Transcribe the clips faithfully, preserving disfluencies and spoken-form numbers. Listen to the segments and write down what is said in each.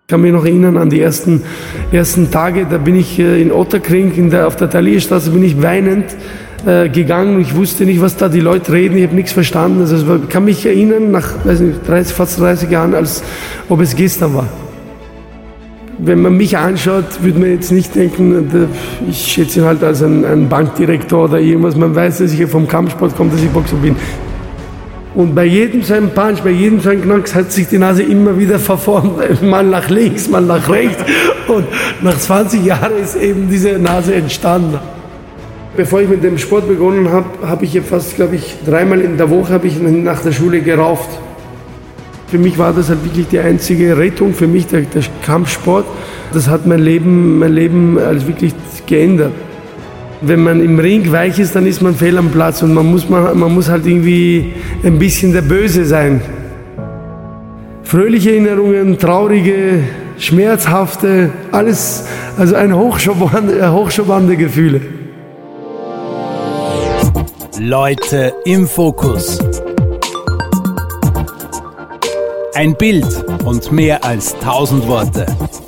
Ich kann mich noch erinnern an die ersten, ersten Tage, da bin ich äh, in Otterkring, in der, auf der Thalierstraße, bin ich weinend äh, gegangen. Ich wusste nicht, was da die Leute reden, ich habe nichts verstanden. Also ich kann mich erinnern, nach weiß nicht, dreißig, fast dreißig Jahren, als ob es gestern war. Wenn man mich anschaut, würde man jetzt nicht denken, ich schätze ihn halt als ein, ein Bankdirektor oder irgendwas. Man weiß, dass ich vom Kampfsport komme, dass ich Boxer bin. Und bei jedem so einem Punch, bei jedem so einem Knacks hat sich die Nase immer wieder verformt. Mal nach links, mal nach rechts. Und nach zwanzig Jahren ist eben diese Nase entstanden. Bevor ich mit dem Sport begonnen habe, habe ich fast, glaube ich, dreimal in der Woche habe ich nach der Schule geraucht. Für mich war das halt wirklich die einzige Rettung, für mich der, der Kampfsport. Das hat mein Leben, mein Leben also wirklich geändert. Wenn man im Ring weich ist, dann ist man fehl am Platz und man muss, man, man muss halt irgendwie ein bisschen der Böse sein. Fröhliche Erinnerungen, traurige, schmerzhafte, alles, also ein hochschauernde, hochschauernde Gefühle. Leute im Fokus. Ein Bild und mehr als tausend Worte.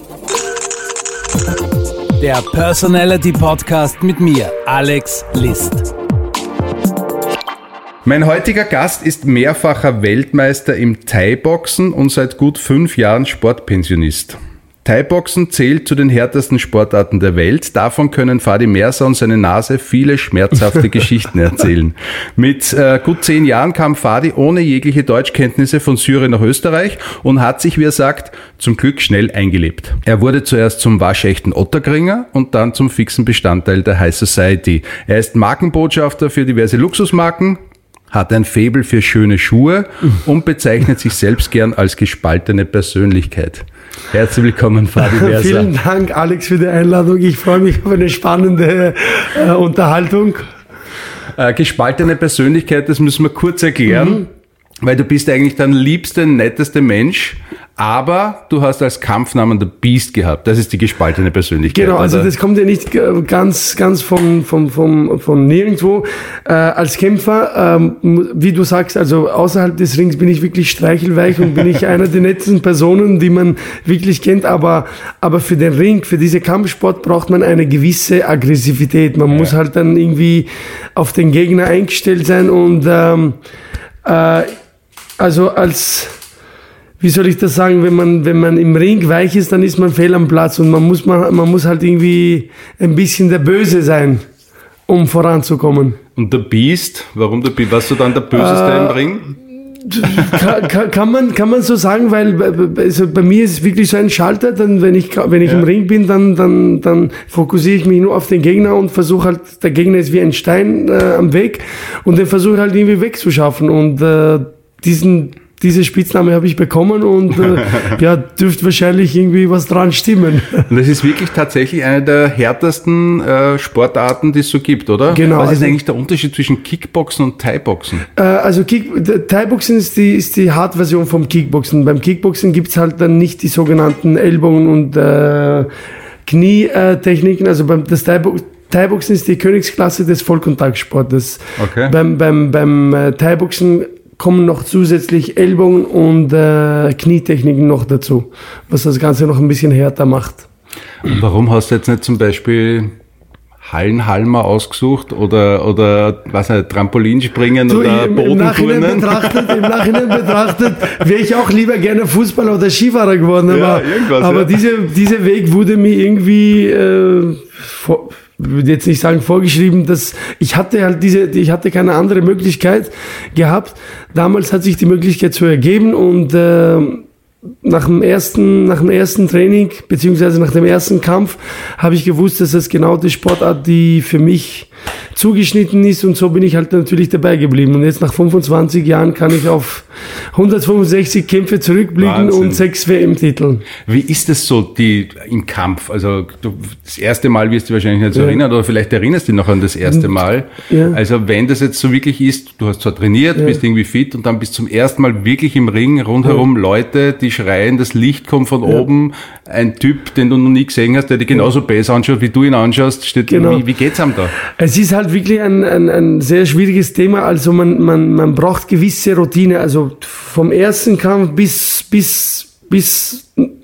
Der Personality Podcast mit mir, Alex List. Mein heutiger Gast ist mehrfacher Weltmeister im Thai-Boxen und seit gut fünf Jahren Sportpensionist. Thai-Boxen zählt zu den härtesten Sportarten der Welt. Davon können Fadi Mersa und seine Nase viele schmerzhafte Geschichten erzählen. Mit äh, gut zehn Jahren kam Fadi ohne jegliche Deutschkenntnisse von Syrien nach Österreich und hat sich, wie er sagt, zum Glück schnell eingelebt. Er wurde zuerst zum waschechten Otterkringer und dann zum fixen Bestandteil der High Society. Er ist Markenbotschafter für diverse Luxusmarken, hat ein Faible für schöne Schuhe und bezeichnet sich selbst gern als gespaltene Persönlichkeit. Herzlich willkommen, Fadi Mersa. Vielen Dank, Alex, für die Einladung. Ich freue mich auf eine spannende äh, Unterhaltung. Äh, gespaltene Persönlichkeit, das müssen wir kurz erklären, mhm. weil du bist eigentlich der liebste, netteste Mensch, aber du hast als Kampfnamen The Beast gehabt. Das ist die gespaltene Persönlichkeit. Genau, also oder? Das kommt ja nicht ganz, ganz von, von, von, von nirgendwo. Äh, als Kämpfer, ähm, wie du sagst, also außerhalb des Rings bin ich wirklich streichelweich und bin ich einer der nettesten Personen, die man wirklich kennt. Aber, aber für den Ring, für diese Kampfsport braucht man eine gewisse Aggressivität. Man ja. muss halt dann irgendwie auf den Gegner eingestellt sein und ähm, äh, also als Wie soll ich das sagen, wenn man, wenn man im Ring weich ist, dann ist man fehl am Platz und man muss, man, man muss halt irgendwie ein bisschen der Böse sein, um voranzukommen. Und der Beast, warum der Beast? Warst du dann der Böseste äh, im Ring? Kann, kann, kann, man, kann man so sagen, weil also bei mir ist es wirklich so ein Schalter, dann wenn ich, wenn ich ja. im Ring bin, dann, dann, dann fokussiere ich mich nur auf den Gegner und versuche halt, der Gegner ist wie ein Stein äh, am Weg und den versuche halt irgendwie wegzuschaffen und äh, diesen Diese Spitzname habe ich bekommen und äh, ja, dürfte wahrscheinlich irgendwie was dran stimmen. Und das ist wirklich tatsächlich eine der härtesten äh, Sportarten, die es so gibt, oder? Genau. Was ist also, eigentlich der Unterschied zwischen Kickboxen und Thai-Boxen? Äh, also Kick, Thai-Boxen ist die, ist die Hard-Version vom Kickboxen. Beim Kickboxen gibt's halt dann nicht die sogenannten Ellbogen- und äh, Knietechniken. Also beim das Thai-Boxen Thai-Boxen ist die Königsklasse des Vollkontaktsportes. Okay. Beim, beim, beim äh, Thai-Boxen kommen noch zusätzlich Ellbogen und äh, Knietechniken noch dazu, was das Ganze noch ein bisschen härter macht. Und warum hast du jetzt nicht zum Beispiel Hallenhalmer ausgesucht oder, oder was nicht, Trampolinspringen du, oder im, Bodenturnen? Im Nachhinein betrachtet, im Nachhinein betrachtet wäre ich auch lieber gerne Fußballer oder Skifahrer geworden, aber, ja, irgendwas, aber ja. diese, dieser Weg wurde mir irgendwie äh, vor, ich würde jetzt nicht sagen vorgeschrieben, dass ich hatte halt diese, ich hatte keine andere Möglichkeit gehabt. Damals hat sich die Möglichkeit so ergeben und äh, nach dem ersten, nach dem ersten Training beziehungsweise nach dem ersten Kampf habe ich gewusst, dass das genau die Sportart, die für mich zugeschnitten ist und so bin ich halt natürlich dabei geblieben. Und jetzt nach fünfundzwanzig Jahren kann ich auf hundertfünfundsechzig Kämpfe zurückblicken Wahnsinn. Und sechs W M-Titel. Wie ist es so die im Kampf? Also du, das erste Mal wirst du wahrscheinlich nicht so ja. erinnern oder vielleicht erinnerst du dich noch an das erste Mal. Ja. Also wenn das jetzt so wirklich ist, du hast zwar trainiert, ja. bist irgendwie fit und dann bist zum ersten Mal wirklich im Ring, rundherum ja. Leute, die schreien, das Licht kommt von ja. oben, ein Typ, den du noch nie gesehen hast, der dich genauso besser anschaut, wie du ihn anschaust, steht, genau. wie, wie geht's ihm da? Es ist halt wirklich ein, ein, ein sehr schwieriges Thema, also man, man, man braucht gewisse Routine, also vom ersten Kampf bis, bis, bis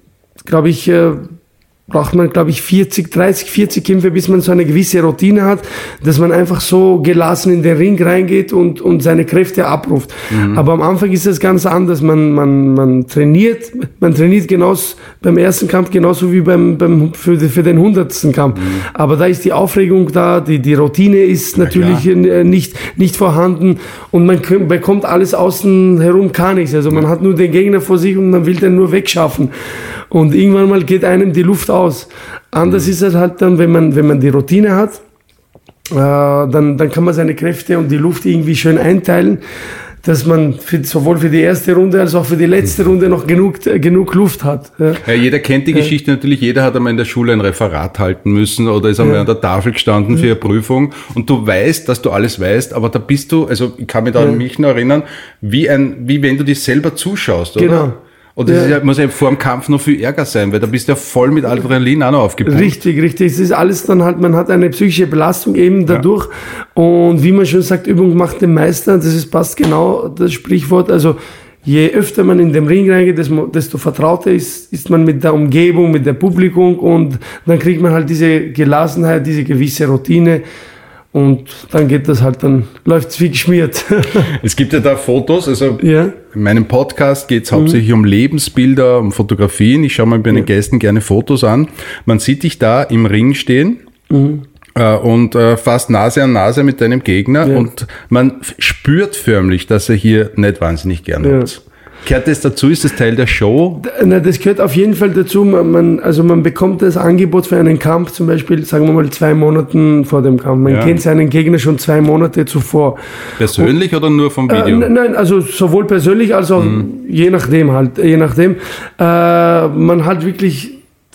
glaube ich, äh, braucht man, glaube ich, vierzig, dreißig, vierzig Kämpfe, bis man so eine gewisse Routine hat, dass man einfach so gelassen in den Ring reingeht und, und seine Kräfte abruft. Mhm. Aber am Anfang ist das ganz anders. Man, man, man trainiert, man trainiert genauso beim ersten Kampf genauso wie beim, beim, für, für den hundertsten Kampf. Mhm. Aber da ist die Aufregung da, die, die Routine ist natürlich ja, nicht, nicht vorhanden und man bekommt alles außen herum gar nichts. Also man hat nur den Gegner vor sich und man will den nur wegschaffen. Und irgendwann mal geht einem die Luft aus. Anders mhm. ist es halt dann, wenn man, wenn man die Routine hat, äh, dann, dann kann man seine Kräfte und die Luft irgendwie schön einteilen, dass man für, sowohl für die erste Runde als auch für die letzte Runde noch genug, äh, genug Luft hat. Ja. Ja, jeder kennt die ja. Geschichte natürlich, jeder hat einmal in der Schule ein Referat halten müssen oder ist einmal ja. an der Tafel gestanden mhm. für eine Prüfung und du weißt, dass du alles weißt, aber da bist du, also ich kann mich da ja. an mich noch erinnern, wie ein, wie wenn du dich selber zuschaust, oder? Genau. Und das ja. Ist ja, muss ja vor dem Kampf noch viel Ärger sein, weil da bist du ja voll mit Adrenalin auch noch aufgepumpt. Richtig, richtig. Es ist alles dann halt, man hat eine psychische Belastung eben dadurch. Ja. Und wie man schon sagt, Übung macht den Meister. Das ist, passt genau das Sprichwort. Also, je öfter man in den Ring reingeht, desto, desto vertrauter ist, ist man mit der Umgebung, mit der Publikum und dann kriegt man halt diese Gelassenheit, diese gewisse Routine. Und dann geht das halt, dann läuft's wie geschmiert. Es gibt ja da Fotos, also ja. in meinem Podcast geht's hauptsächlich mhm. um Lebensbilder, um Fotografien. Ich schaue mir bei den ja. Gästen gerne Fotos an. Man sieht dich da im Ring stehen mhm. äh, und äh, fast Nase an Nase mit deinem Gegner ja. und man spürt förmlich, dass er hier nicht wahnsinnig gerne ja. hat. Gehört das dazu? Ist das Teil der Show? Na, das gehört auf jeden Fall dazu. Man, also man bekommt das Angebot für einen Kampf, zum Beispiel, sagen wir mal, zwei Monaten vor dem Kampf. Man ja. kennt seinen Gegner schon zwei Monate zuvor. Persönlich Und, oder nur vom Video? Äh, nein, also sowohl persönlich als auch mhm. je nachdem halt. Je nachdem. Äh, man hat wirklich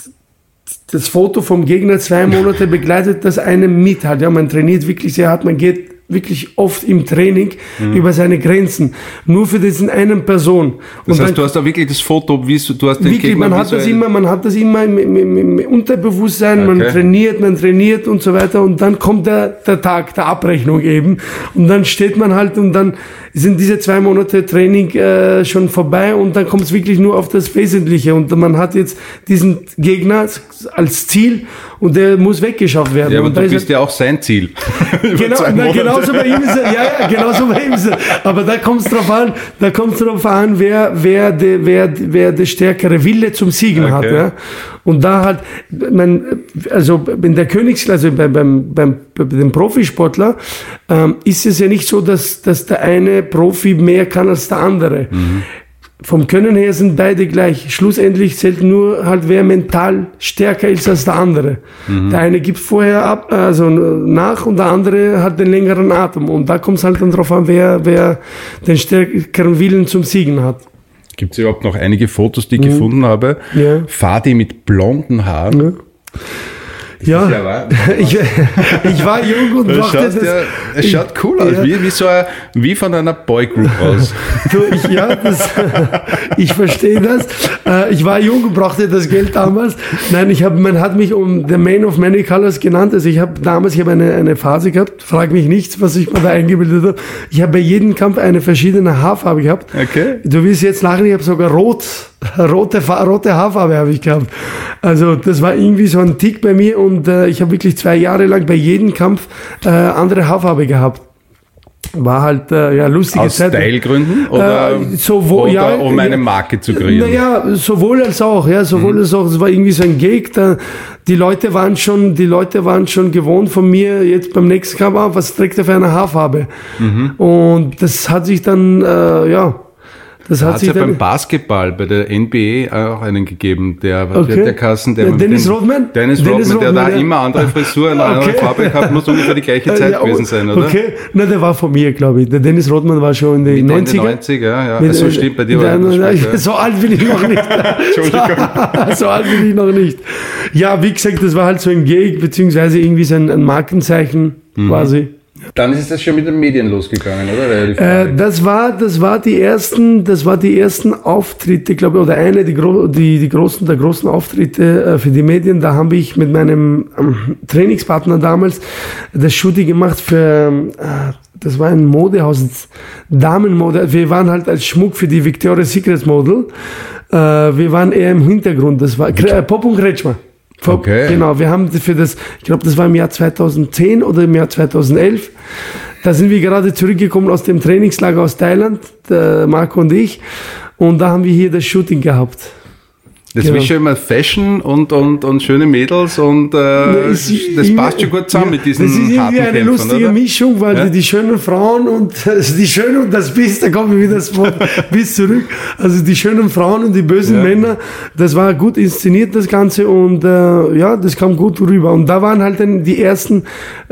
das Foto vom Gegner zwei Monate begleitet, das einem mit hat. Ja, man trainiert wirklich sehr hart, man geht wirklich oft im Training mhm. über seine Grenzen. Nur für diesen einen Person. Das und heißt, dann, du hast da wirklich das Foto, wie du hast den wirklich, Gegner man hat das immer, man hat das immer im, im, im, im Unterbewusstsein, okay. man trainiert, man trainiert und so weiter und dann kommt der, der Tag der Abrechnung eben und dann steht man halt und dann sind diese zwei Monate Training äh, schon vorbei und dann kommt es wirklich nur auf das Wesentliche und man hat jetzt diesen Gegner als Ziel und der muss weggeschafft werden. Ja, aber und du bist ja auch sein Ziel. Genau, na, genauso bei ihm ist er, ja, ja, genauso bei ihm ist er. Aber da kommt es drauf an, da kommt es drauf an, wer, wer, de, wer, wer der stärkere Wille zum Siegen okay. hat, ja. Und da halt, man, also in der Königsklasse, also beim, beim, beim, bei dem Profisportler, ähm, ist es ja nicht so, dass, dass der eine Profi mehr kann als der andere. Mhm. Vom Können her sind beide gleich. Schlussendlich zählt nur halt, wer mental stärker ist als der andere. Mhm. Der eine gibt vorher ab, also nach und der andere hat den längeren Atem. Und da kommt es halt dann drauf an, wer, wer den stärkeren Willen zum Siegen hat. Gibt es überhaupt noch einige Fotos, die ich mhm. gefunden habe? Ja. Fadi mit blonden Haaren. Ja. Ja, ja ich, ich war jung und das dachte, das, ja, es schaut cool aus, ja. wie, wie, so ein, wie von einer Boygroup aus. Du, ich, ja, das, ich verstehe das. Ich war jung und brauchte das Geld damals. Nein, ich hab, man hat mich um The Man of Many Colors genannt. Also ich habe damals, ich habe eine, eine Phase gehabt, frag mich nichts, was ich mir da eingebildet habe. Ich habe bei jedem Kampf eine verschiedene Haarfarbe gehabt. Okay. Du wirst jetzt lachen, ich habe sogar rot, rote, rote Haarfarbe habe ich gehabt. Also das war irgendwie so ein Tick bei mir und äh, ich habe wirklich zwei Jahre lang bei jedem Kampf äh, andere Haarfarbe gehabt. War halt äh, ja lustige Aus Zeit. Aus Stylegründen oder, äh, sowohl, oder ja, um eine Marke zu kreieren? Naja, sowohl als auch, ja, sowohl mhm. als auch. Es war irgendwie so ein Gag. Da, die Leute waren schon, die Leute waren schon gewohnt von mir jetzt beim nächsten Kampf, ah, was trägt er für eine Haarfarbe? Mhm. Und das hat sich dann, äh, ja. Das hat es ja beim Basketball, bei der N B A auch einen gegeben, der, okay. der, der Kassen, der ja, Dennis den, Rodman? Dennis, Dennis Rodman, der Rodman, da ja. immer andere Frisuren, eine okay. andere Farbe gehabt, muss ungefähr die gleiche Zeit ja, gewesen sein, oder? Okay, na, der war von mir, glaube ich. Der Dennis Rodman war schon in den neunziger. neunziger, ja, ja. Mit, so stimmt, bei dir war das na, ja. So alt bin ich noch nicht. Entschuldigung. So alt bin ich noch nicht. Ja, wie gesagt, das war halt so ein Gag, beziehungsweise irgendwie so ein, ein Markenzeichen, mhm. quasi. Dann ist das schon mit den Medien losgegangen, oder? Äh, das war, das war die ersten, das war die ersten Auftritte, glaube ich, oder eine, die, die, die großen, der großen Auftritte äh, für die Medien. Da habe ich mit meinem ähm, Trainingspartner damals das Shooting gemacht für, äh, das war ein Modehaus, Damenmode. Wir waren halt als Schmuck für die Victoria's Secret Model. Äh, wir waren eher im Hintergrund. Das war äh, Pop und Kretschmer. Pop, okay. Genau, wir haben für das, ich glaube, das war im Jahr zweitausendzehn oder im Jahr zweitausendelf. Da sind wir gerade zurückgekommen aus dem Trainingslager aus Thailand, der Marco und ich. Und da haben wir hier das Shooting gehabt. Das Genau. ist schon immer Fashion und, und, und schöne Mädels und äh, ist, das passt schon gut zusammen ja, mit diesen Das ist irgendwie harten eine Kämpfern, lustige oder? Mischung, weil Ja? die, die schönen Frauen und also die schönen und das Biss, da kommen wir wieder das Wort bis zurück. Also die schönen Frauen und die bösen Ja. Männer, das war gut inszeniert, das Ganze, und äh, ja, das kam gut rüber. Und da waren halt dann die ersten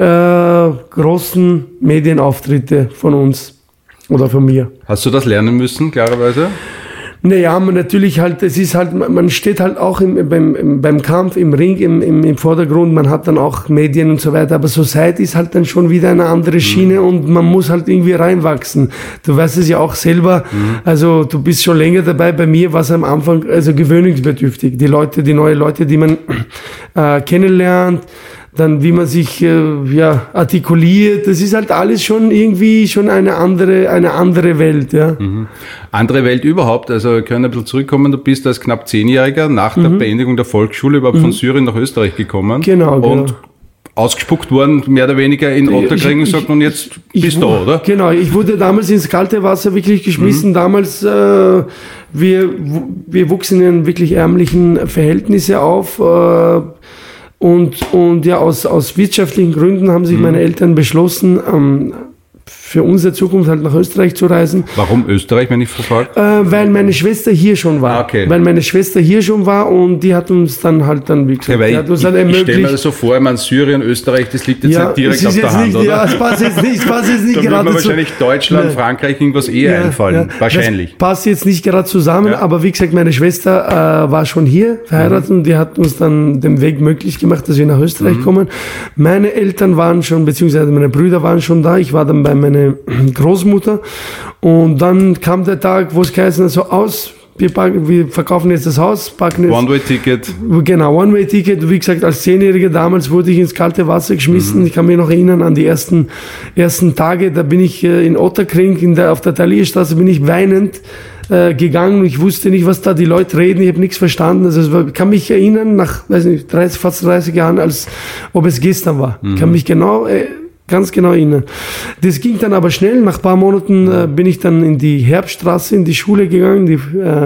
äh, großen Medienauftritte von uns oder von mir. Hast du das lernen müssen, klarerweise? Naja, man natürlich halt, es ist halt, man steht halt auch im, beim, im, beim Kampf, im Ring, im, im, im Vordergrund, man hat dann auch Medien und so weiter, aber Society ist halt dann schon wieder eine andere Schiene, mhm. und man muss halt irgendwie reinwachsen. Du weißt es ja auch selber, mhm. also du bist schon länger dabei, bei mir war es am Anfang also gewöhnungsbedürftig. Die Leute, die neue Leute, die man äh, kennenlernt, dann wie man sich äh, ja, artikuliert, das ist halt alles schon irgendwie schon eine andere, eine andere Welt. Ja. Mhm. Andere Welt überhaupt, also wir können ein bisschen zurückkommen, du bist als knapp Zehnjähriger nach der mhm. Beendigung der Volksschule überhaupt mhm. von Syrien nach Österreich gekommen. Genau, und genau. ausgespuckt worden, mehr oder weniger in Otterkring, und sagt man, jetzt ich, bist ich, du da, oder? Genau, ich wurde damals ins kalte Wasser wirklich geschmissen. Mhm. Damals, äh, wir, wir wuchsen in wirklich ärmlichen Verhältnissen auf, äh, Und, und ja, aus, aus wirtschaftlichen Gründen haben sich mhm. meine Eltern beschlossen, ähm, für unsere Zukunft halt nach Österreich zu reisen. Warum Österreich, wenn ich verfolge? Äh, weil meine Schwester hier schon war. Okay. Weil meine Schwester hier schon war, und die hat uns dann halt dann, wie gesagt, ja, die hat uns ich, dann ermöglicht. Ich stelle mir das so vor, ich meine, Syrien, Österreich, das liegt jetzt ja, nicht direkt auf jetzt der Hand, nicht, oder? Ja, es passt jetzt nicht, es passt jetzt nicht da gerade wird mir so. wahrscheinlich Deutschland, Ja. Frankreich irgendwas eher Ja, einfallen. ja. Wahrscheinlich. Das passt jetzt nicht gerade zusammen, Ja. aber wie gesagt, meine Schwester äh, war schon hier verheiratet, mhm. und die hat uns dann den Weg möglich gemacht, dass wir nach Österreich mhm. kommen. Meine Eltern waren schon, beziehungsweise meine Brüder waren schon da. Ich war dann bei meiner Großmutter, und dann kam der Tag, wo es geheißen hat, so aus, wir, packen, wir verkaufen jetzt das Haus, packen jetzt... One-Way-Ticket. Genau, One-Way-Ticket. Wie gesagt, als Zehnjähriger damals wurde ich ins kalte Wasser geschmissen. Mhm. Ich kann mich noch erinnern an die ersten, ersten Tage, da bin ich äh, in Otterkring, in der, auf der Thalierstraße, bin ich weinend äh, gegangen. Ich wusste nicht, was da die Leute reden, ich habe nichts verstanden. Also es war, ich kann mich erinnern, nach weiß nicht, dreißig, fast dreißig Jahren, als ob es gestern war. Mhm. Ich kann mich genau... Äh, Ganz genau erinnern. Das ging dann aber schnell. Nach ein paar Monaten äh, bin ich dann in die Herbststraße, in die Schule gegangen, die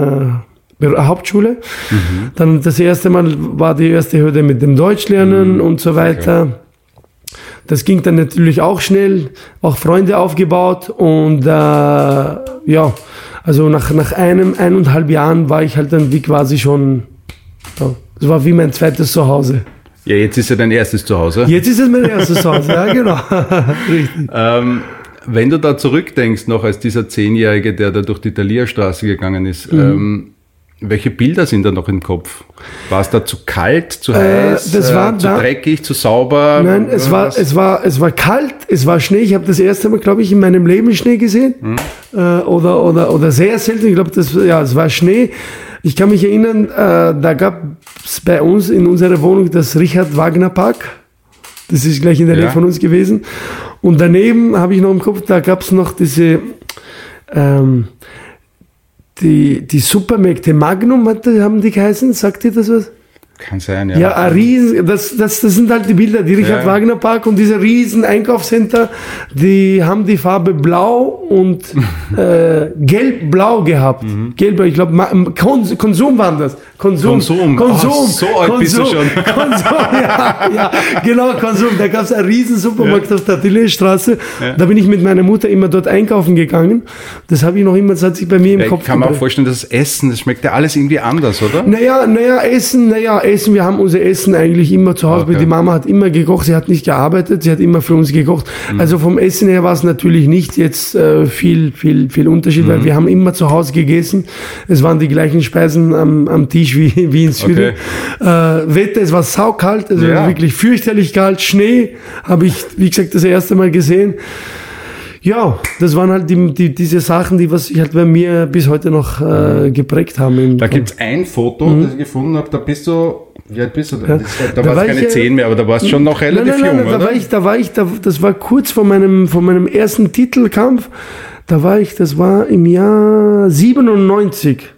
äh, Hauptschule. Mhm. Dann das erste Mal war die erste Hürde mit dem Deutschlernen mhm. und so weiter. Okay. Das ging dann natürlich auch schnell, auch Freunde aufgebaut, und äh, ja, also nach, nach einem, eineinhalb Jahren war ich halt dann wie quasi schon, so, das war wie mein zweites Zuhause. Ja, jetzt ist ja dein erstes Zuhause. Jetzt ist es mein erstes Zuhause, ja genau. Richtig. Ähm, wenn du da zurückdenkst, noch als dieser Zehnjährige, der da durch die Thalierstraße gegangen ist, mhm. ähm, welche Bilder sind da noch im Kopf? War es da zu kalt, zu heiß, äh, das war äh, zu da, dreckig, zu sauber? Nein, es war, es war, es war kalt, es war Schnee. Ich habe das erste Mal, glaube ich, in meinem Leben Schnee gesehen. Mhm. Äh, oder, oder, oder sehr selten. Ich glaube, das, ja, es war Schnee. Ich kann mich erinnern, äh, da gab es bei uns in unserer Wohnung das Richard Wagner Park. Das ist gleich in der Nähe ja. von uns gewesen. Und daneben habe ich noch im Kopf, da gab es noch diese, ähm, die, die Supermärkte Magnum, hat, haben die geheißen. Sagt ihr das was? Kann sein, ja. Ja, ein riesen, das, das, das sind halt die Bilder, die Richard ja. Wagner Park und diese riesen Einkaufscenter, die haben die Farbe blau und äh, gelb-blau gehabt. Mhm. Gelb, ich glaube, Konsum, Konsum waren das. Konsum. Konsum. Konsum. Oh, so alt Konsum. bist du schon. Konsum, ja, ja, genau, Konsum. Da gab es einen riesen Supermarkt ja. auf der Thalierstraße. Ja. Da bin ich mit meiner Mutter immer dort einkaufen gegangen. Das habe ich noch immer, das hat sich bei mir im ja, Kopf Ich kann mir auch vorstellen, dass das Essen, das schmeckt ja alles irgendwie anders, oder? Naja, naja, Essen, naja, Essen, wir haben unser Essen eigentlich immer zu Hause, okay. Die Mama hat immer gekocht, sie hat nicht gearbeitet, sie hat immer für uns gekocht. Mhm. Also vom Essen her war es natürlich nicht jetzt äh, viel, viel, viel Unterschied, mhm. weil wir haben immer zu Hause gegessen. Es waren die gleichen Speisen am, am Tisch wie, wie in Syrien. Okay. Äh, Wetter, es war saukalt, also ja. wirklich fürchterlich kalt. Schnee habe ich, wie gesagt, das erste Mal gesehen. Ja, das waren halt die, die, diese Sachen, die was ich halt bei mir bis heute noch äh, geprägt haben. Da gibt es ein Foto, mhm. das ich gefunden habe, da bist du, wie alt bist du denn? Ja. Das, da, da warst du keine zehn mehr, aber da warst du schon noch relativ nein, nein, nein, jung, da oder? War ich, da war ich, da, das war kurz vor meinem, vor meinem ersten Titelkampf, da war ich, das war im Jahr siebenundneunzig.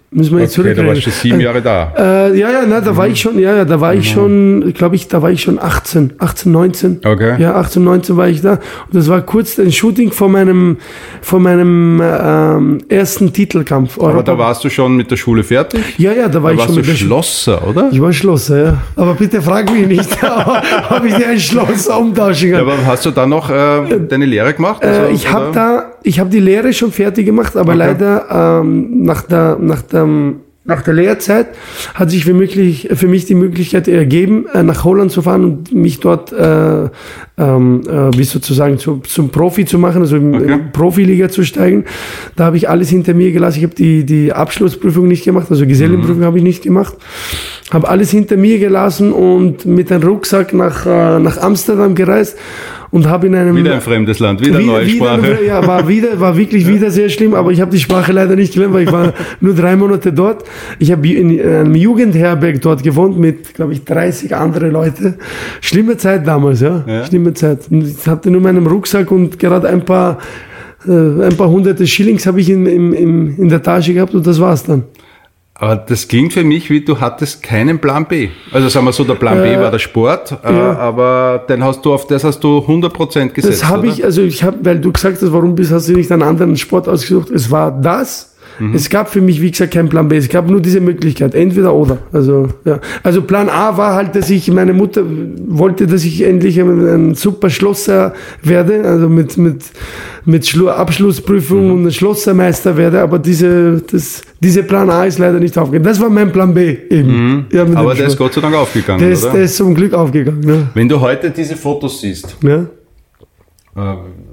Müssen wir jetzt Okay, da zurückreden. warst du sieben Jahre da. Äh, ja, ja, na, da war ich schon, ja, ja, da war ich schon, glaube ich, da war ich schon achtzehn, achtzehn, neunzehn. Okay. Ja, achtzehn, neunzehn war ich da. Und das war kurz ein Shooting vor meinem, vor meinem ähm, ersten Titelkampf. Aber da warst du schon mit der Schule fertig? Ja, ja, da war Da ich warst schon du mit der Schule. Schlosser, oder? Ich war Schlosser, ja. Aber bitte frag mich nicht, ob ich dir ein Schlosser umtauschen kann. Ja, aber hast du dann noch äh, deine Lehre gemacht? Äh, Also, ich habe oder? da, ich habe die Lehre schon fertig gemacht, aber Okay. leider ähm, nach der, nach der, nach der Lehrzeit hat sich für, möglich, für mich die Möglichkeit ergeben, äh, nach Holland zu fahren und mich dort, äh, ähm, äh, wie sozusagen zu, zum Profi zu machen, also in Okay. in Profiliga zu steigen. Da habe ich alles hinter mir gelassen. Ich habe die, die Abschlussprüfung nicht gemacht, also Gesellenprüfung habe ich nicht gemacht. Habe alles hinter mir gelassen und mit einem Rucksack nach, äh, nach Amsterdam gereist und habe in einem... Wieder ein fremdes Land, wieder, Wieder- neue wieder- Sprache. Ja, war wieder, war wirklich wieder sehr schlimm, aber ich habe die Sprache leider nicht gelernt, weil ich war nur drei Monate dort. Ich habe in einem Jugendherberg dort gewohnt mit, glaube ich, dreißig andere Leute. Schlimme Zeit damals, ja. Ja. Schlimme Zeit. Und ich hatte nur meinen Rucksack und gerade ein paar, äh, ein paar hunderte Schillings habe ich in, in, in, in der Tasche gehabt und das war's dann. Aber das klingt für mich, wie du hattest keinen Plan B. Also sagen wir so, der Plan B Äh, war der Sport, äh, ja. aber den hast du auf das hast du hundert Prozent gesetzt, Das habe oder? ich, also ich habe, weil du gesagt hast, warum bist, hast du nicht einen anderen Sport ausgesucht? Es war das. Es gab für mich, wie gesagt, keinen Plan B. Es gab nur diese Möglichkeit, entweder oder. Also, ja. Also Plan A war halt, dass ich, meine Mutter wollte, dass ich endlich ein, ein super Schlosser werde, also mit, mit, mit Schlu- Abschlussprüfung und ein Schlossermeister werde, aber diese, das, diese Plan A ist leider nicht aufgegangen. Das war mein Plan B eben. Ja, mit Aber dem der ist Schloss. Gott sei Dank aufgegangen, der ist, oder? der ist zum Glück aufgegangen. Ne? Wenn du heute diese Fotos siehst, Ja, äh, äh,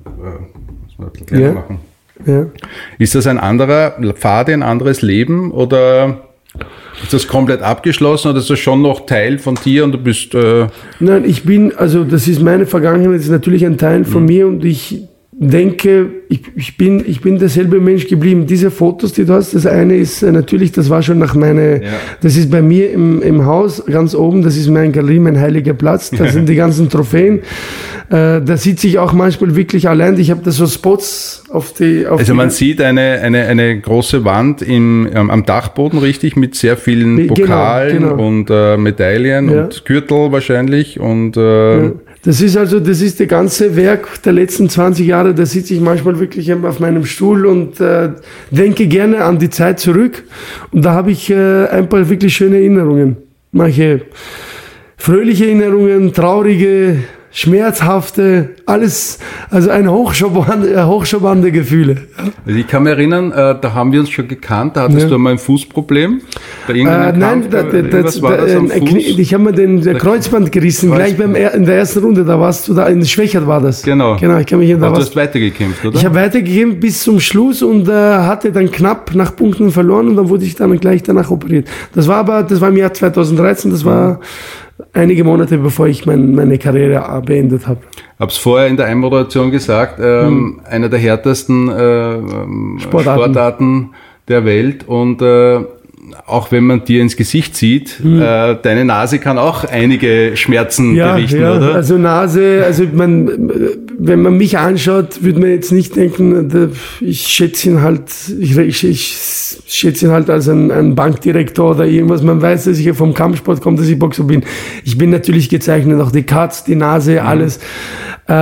muss man ein bisschen kleiner Ja. machen. ja. Ist das ein anderer Pfad, ein anderes Leben oder ist das komplett abgeschlossen oder ist das schon noch Teil von dir und du bist... Äh, Nein, ich bin, also das ist meine Vergangenheit, das ist natürlich ein Teil von mir und ich denke, ich, ich, bin, ich bin derselbe Mensch geblieben. Diese Fotos, die du hast, das eine ist äh, natürlich, das war schon nach meiner, Ja. das ist bei mir im, im Haus ganz oben, das ist mein Galerie, mein heiliger Platz, da sind die ganzen Trophäen. Äh, da sitze ich auch manchmal wirklich allein. Ich habe da so Spots auf die... Auf also die, man sieht eine, eine, eine große Wand im, ähm, am Dachboden, richtig, mit sehr vielen Genau, Pokalen genau. und äh, Medaillen Ja. und Gürtel wahrscheinlich und... Äh, Ja. Das ist also, das ist das ganze Werk der letzten zwanzig Jahre. Da sitze ich manchmal wirklich auf meinem Stuhl und äh, denke gerne an die Zeit zurück. Und da habe ich äh, ein paar wirklich schöne Erinnerungen. Manche fröhliche Erinnerungen, traurige, schmerzhafte, alles, also ein hochschauernde, hochschauernde Gefühle. Also ich kann mich erinnern, äh, da haben wir uns schon gekannt, da hattest Ja. du einmal ein Fußproblem. Bei Äh, irgendeinem nein, Kampf, da, äh, da, irgendwas da, war das am äh, Fuß. Knie- ich habe mir den der Kreuzband gerissen, gleich beim er, in der ersten Runde, da warst du da, in Schwächert war das. Genau. Genau, ich kann mich erinnern, da Aber du warst hast weitergekämpft, oder? Ich habe weitergegeben bis zum Schluss und äh, hatte dann knapp nach Punkten verloren und dann wurde ich dann gleich danach operiert. Das war aber, das war im Jahr zweitausenddreizehn, das war einige Monate bevor ich mein, meine Karriere beendet habe. Hab's vorher in der Einmoderation gesagt, ähm, einer der härtesten äh, ähm, Sportarten. Sportarten der Welt und äh, auch wenn man dir ins Gesicht sieht, äh, deine Nase kann auch einige Schmerzen berichten, ja, oder? also Nase, also man, wenn man mich anschaut, würde man jetzt nicht denken, da- ich schätze ihn halt, ich, ich, ich schätze ihn halt als ein, ein Bankdirektor oder irgendwas. Man weiß, dass ich vom Kampfsport komme, dass ich Boxer bin. Ich bin natürlich gezeichnet, auch die Cuts, die Nase, alles. Äh,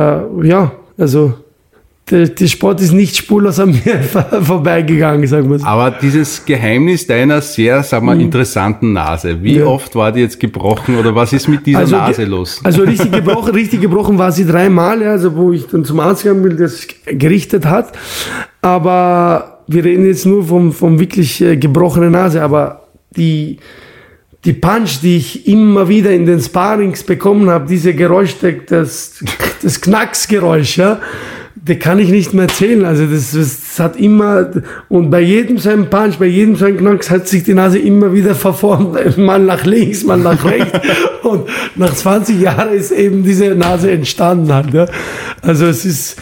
ja, also der, der Sport ist nicht spurlos an mir vorbeigegangen, sagen wir so. Aber dieses Geheimnis deiner sehr, sagen wir, interessanten Nase, wie Mhm. Ja. oft war die jetzt gebrochen oder was ist mit dieser Also, Nase ge- los? Also richtig gebrochen, richtig gebrochen war sie dreimal, ja, also wo ich dann zum Arzt gegangen bin, der es gerichtet hat. Aber wir reden jetzt nur vom, vom wirklich äh, gebrochenen Nase. Aber die, die Punch, die ich immer wieder in den Sparrings bekommen habe, diese Geräusch, das, das Knacksgeräusch, ja, das kann ich nicht mehr erzählen. Also das, das hat immer, und bei jedem so einem Punch, bei jedem so einem Knacks hat sich die Nase immer wieder verformt. Mal nach links, mal nach rechts. Und nach zwanzig Jahren ist eben diese Nase entstanden halt. Ja. Also es ist,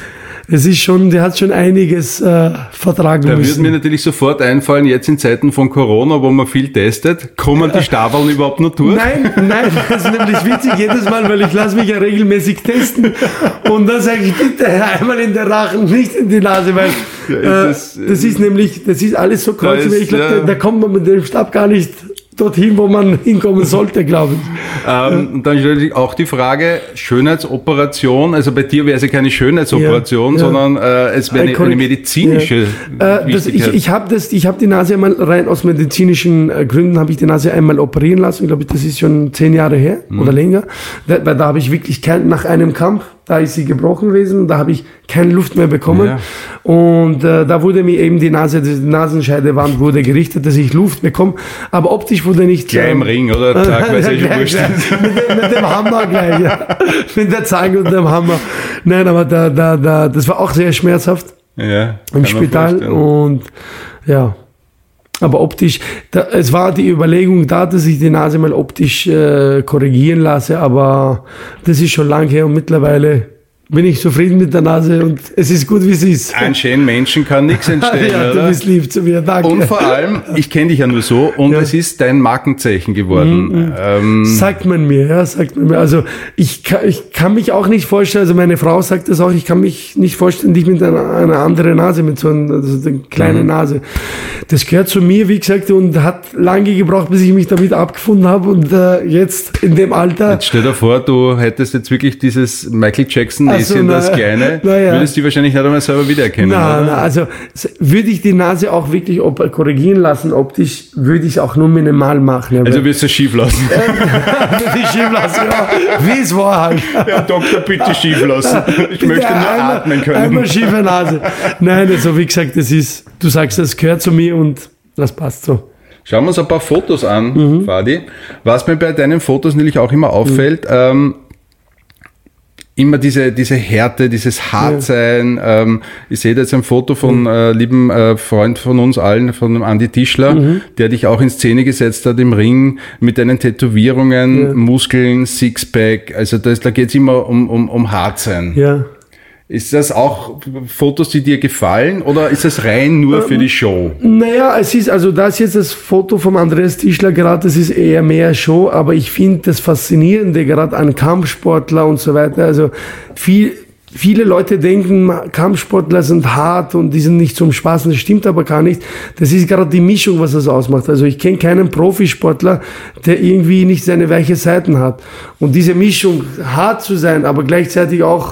es ist schon, der hat schon einiges äh, vertragen da müssen. Da würde mir natürlich sofort einfallen, jetzt in Zeiten von Corona, wo man viel testet, kommen die Stabeln überhaupt noch durch? Nein, nein, das ist nämlich witzig jedes Mal, weil ich lasse mich ja regelmäßig testen und dann sage ich, bitte einmal in den Rachen, nicht in die Nase, weil ja, ist das, äh, das ist nämlich, das ist alles so kreuz. Ich glaube, ja. da, da kommt man mit dem Stab gar nicht dorthin, wo man hinkommen sollte, glaube ich. Ähm, und dann stelle ich auch die Frage, Schönheitsoperation, also bei dir wäre es ja keine Schönheitsoperation, ja, ja. sondern äh, es wäre eine, eine medizinische ja. äh, das, Ich, ich habe hab die Nase einmal, rein aus medizinischen äh, Gründen, habe ich die Nase einmal operieren lassen, ich glaube, das ist schon zehn Jahre her mhm. oder länger, da, weil da habe ich wirklich kein, nach einem Kampf, da ist sie gebrochen gewesen, da habe ich keine Luft mehr bekommen ja. und äh, da wurde mir eben die Nase, die Nasenscheidewand wurde gerichtet, dass ich Luft bekomme, aber optisch wurde nicht... Gleich im Ring, oder? Tag, äh, ja, gleich, gleich, mit, mit dem Hammer gleich, ja. Mit der Zange und dem Hammer. Nein, aber da, da, da, das war auch sehr schmerzhaft ja, im Spital und ja... Aber optisch, da, es war die Überlegung da, dass ich die Nase mal optisch äh, korrigieren lasse, aber das ist schon lang her und mittlerweile bin ich zufrieden mit der Nase und es ist gut, wie es ist. Ein schönen Menschen kann nichts entstehen, ja, oder? Du bist lieb zu mir, danke. Und vor allem, ich kenne dich ja nur so und ja. es ist dein Markenzeichen geworden. Mhm. Ähm, sagt man mir, ja, sagt man mir. Also ich kann, ich kann mich auch nicht vorstellen, also meine Frau sagt das auch, ich kann mich nicht vorstellen, dich mit einer, einer anderen Nase, mit so einer, also eine kleine mhm. Nase. Das gehört zu mir, wie gesagt, und hat lange gebraucht, bis ich mich damit abgefunden habe und äh, jetzt in dem Alter... Jetzt stell dir vor, du hättest jetzt wirklich dieses Michael Jackson Also, Näschen, das kleine, ja. würdest du wahrscheinlich nicht einmal selber wiedererkennen. Nein, nein, also würde ich die Nase auch wirklich korrigieren lassen, optisch, würde ich es auch nur minimal machen. Ja, also wirst du es schief lassen? Würde ich schief lassen, ja. Wie es war halt. Ja, Doktor, bitte schief lassen. Ich bitte möchte nur einmal, atmen können. Einmal schiefe Nase. Nein, also wie gesagt, das ist, du sagst, das gehört zu mir und das passt so. Schauen wir uns ein paar Fotos an, mhm. Fadi. Was mir bei deinen Fotos natürlich auch immer auffällt, mhm. ähm, immer diese, diese Härte, dieses Hartsein. Ja. Ähm, ich sehe da jetzt ein Foto von äh, lieben äh, Freund von uns allen, von dem Andi Tischler, mhm. der dich auch in Szene gesetzt hat im Ring mit deinen Tätowierungen, ja. Muskeln, Sixpack. Also das, da geht es immer um, um, um Hartsein. Ja. Ist das auch Fotos, die dir gefallen oder ist das rein nur für die Show? Naja, es ist, also das ist jetzt das Foto vom Andreas Tischler gerade, das ist eher mehr Show, aber ich finde das Faszinierende gerade an Kampfsportler und so weiter, also viel, viele Leute denken, Kampfsportler sind hart und die sind nicht zum Spaß, das stimmt aber gar nicht. Das ist gerade die Mischung, was das ausmacht. Also ich kenne keinen Profisportler, der irgendwie nicht seine weiche Seiten hat. Und diese Mischung, hart zu sein, aber gleichzeitig auch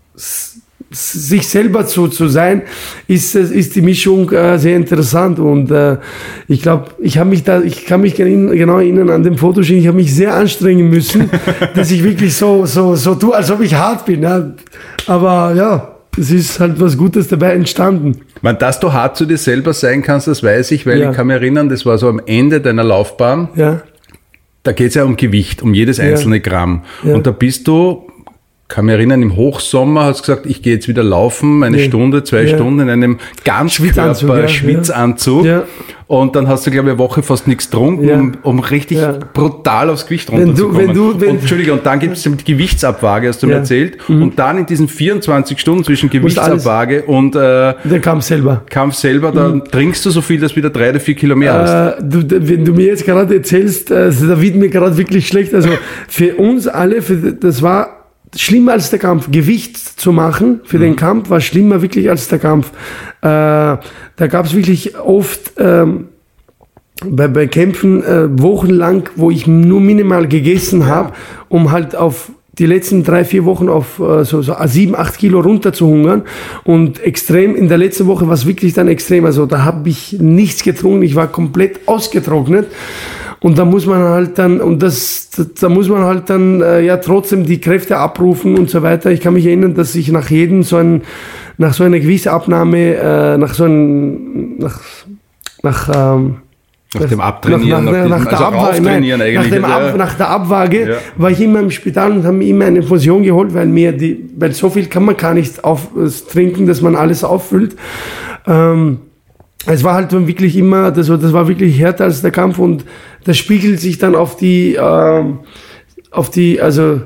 sich selber zu, zu sein, ist, ist die Mischung äh, sehr interessant und äh, ich glaube, ich habe mich da, ich kann mich genau erinnern an dem Fotoshooting, ich habe mich sehr anstrengen müssen, dass ich wirklich so, so, so tue, als ob ich hart bin, ja. Aber ja, es ist halt was Gutes dabei entstanden. Man, dass du hart zu dir selber sein kannst, das weiß ich, weil ja. ich kann mich erinnern, das war so am Ende deiner Laufbahn, ja. Da geht es ja um Gewicht, um jedes einzelne ja. Gramm ja. und da bist du, kann mich erinnern, im Hochsommer hast du gesagt, ich gehe jetzt wieder laufen, eine ja. Stunde, zwei ja. Stunden in einem Ganzkörper-Schwitzanzug. Ja. Ja. Und dann hast du, glaube ich, eine Woche fast nichts getrunken, ja. um, um richtig ja. brutal aufs Gewicht runterzukommen. Wenn du, wenn du, wenn und, Entschuldige, und dann gibt es die Gewichtsabwaage, hast du ja. mir erzählt. Mhm. Und dann in diesen vierundzwanzig Stunden zwischen Gewichtsabwaage und äh, der Kampf selber, Kampf selber dann mhm. trinkst du so viel, dass du wieder drei oder vier Kilo mehr hast. Äh, du, wenn du mir jetzt gerade erzählst, also da wird mir gerade wirklich schlecht. Also für uns alle, für, das war schlimmer als der Kampf. Gewicht zu machen für mhm. den Kampf war schlimmer wirklich als der Kampf. Äh, da gab es wirklich oft ähm, bei, bei Kämpfen äh, wochenlang, wo ich nur minimal gegessen ja. habe, um halt auf die letzten drei, vier Wochen auf äh, so, so sieben, acht Kilo runter zu hungern. Und extrem, in der letzten Woche war es wirklich dann extrem. Also da habe ich nichts getrunken, ich war komplett ausgetrocknet. Und da muss man halt dann, und das, da muss man halt dann, äh, ja, trotzdem die Kräfte abrufen und so weiter. Ich kann mich erinnern, dass ich nach jedem so ein, nach so einer Gewichtsabnahme, äh, nach so einem, nach, nach, ähm, Nach dem Abtrainieren, nach, nach, nach, nach, der, also Abwaage, nein, nach, dem Ab, ja. nach der Abwaage ja. war ich immer im Spital und habe mir immer eine Infusion geholt, weil mir die, weil so viel kann man gar nicht auf, äh, trinken, dass man alles auffüllt. Ähm, Es war halt wirklich immer, das war, das war wirklich härter als der Kampf und das spiegelt sich dann auf die, ähm, auf die, also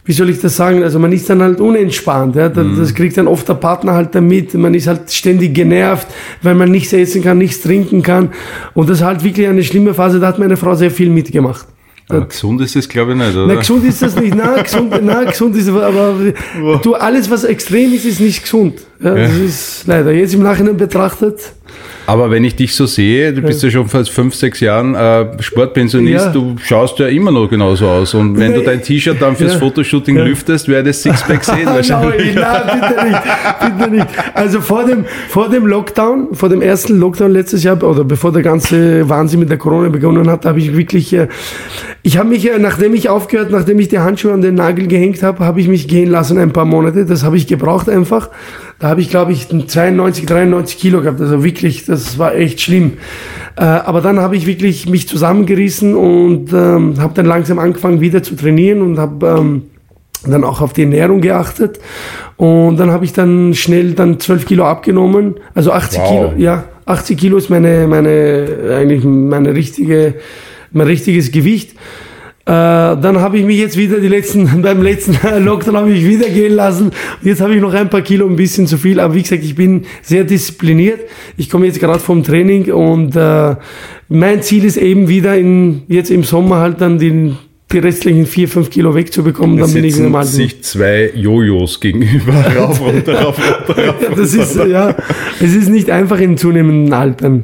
wie soll ich das sagen, also man ist dann halt unentspannt, ja? Das, mhm. das kriegt dann oft der Partner halt damit, man ist halt ständig genervt, weil man nichts essen kann, nichts trinken kann und das ist halt wirklich eine schlimme Phase, da hat meine Frau sehr viel mitgemacht. Aber gesund ist das, glaube ich, nicht, oder? Na, gesund ist das nicht. Nein, gesund, nein, gesund ist aber, aber du, alles, was extrem ist, ist nicht gesund. Ja, ja. Das ist leider. Jetzt im Nachhinein betrachtet. Aber wenn ich dich so sehe, du bist ja, ja schon vor fünf, sechs Jahren äh, Sportpensionist, ja. du schaust ja immer noch genauso aus. Und wenn nee. du dein T-Shirt dann fürs ja. Fotoshooting ja. lüftest, wäre das Sixpack sehen wahrscheinlich. Nein, bitte nicht, bitte nicht. Also vor dem, vor dem Lockdown, vor dem ersten Lockdown letztes Jahr, oder bevor der ganze Wahnsinn mit der Corona begonnen hat, habe ich wirklich, äh, ich habe mich, äh, nachdem ich aufgehört, nachdem ich die Handschuhe an den Nagel gehängt habe, habe ich mich gehen lassen ein paar Monate. Das habe ich gebraucht einfach. Da habe ich, glaube ich, zweiundneunzig, dreiundneunzig Kilo gehabt. Also wirklich, das war echt schlimm. Äh, aber dann habe ich wirklich mich zusammengerissen und ähm, habe dann langsam angefangen, wieder zu trainieren und habe ähm, dann auch auf die Ernährung geachtet. Und dann habe ich dann schnell dann zwölf Kilo abgenommen. Also achtzig wow. Kilo, ja, achtzig Kilo ist meine, meine, eigentlich meine richtige, mein richtiges Gewicht. Äh, dann habe ich mich jetzt wieder die letzten, beim letzten Lockdown habe ich wieder gehen lassen. Und jetzt habe ich noch ein paar Kilo, ein bisschen zu viel. Aber wie gesagt, ich bin sehr diszipliniert. Ich komme jetzt gerade vom Training und äh, mein Ziel ist eben wieder in, jetzt im Sommer halt dann die, die restlichen vier, fünf Kilo wegzubekommen. Dann bin ich normal. Sich zwei Jojos gegenüber, rauf, runter, rauf, runter, rauf, ja, das ist, ja, es ist nicht einfach in zunehmenden Altern.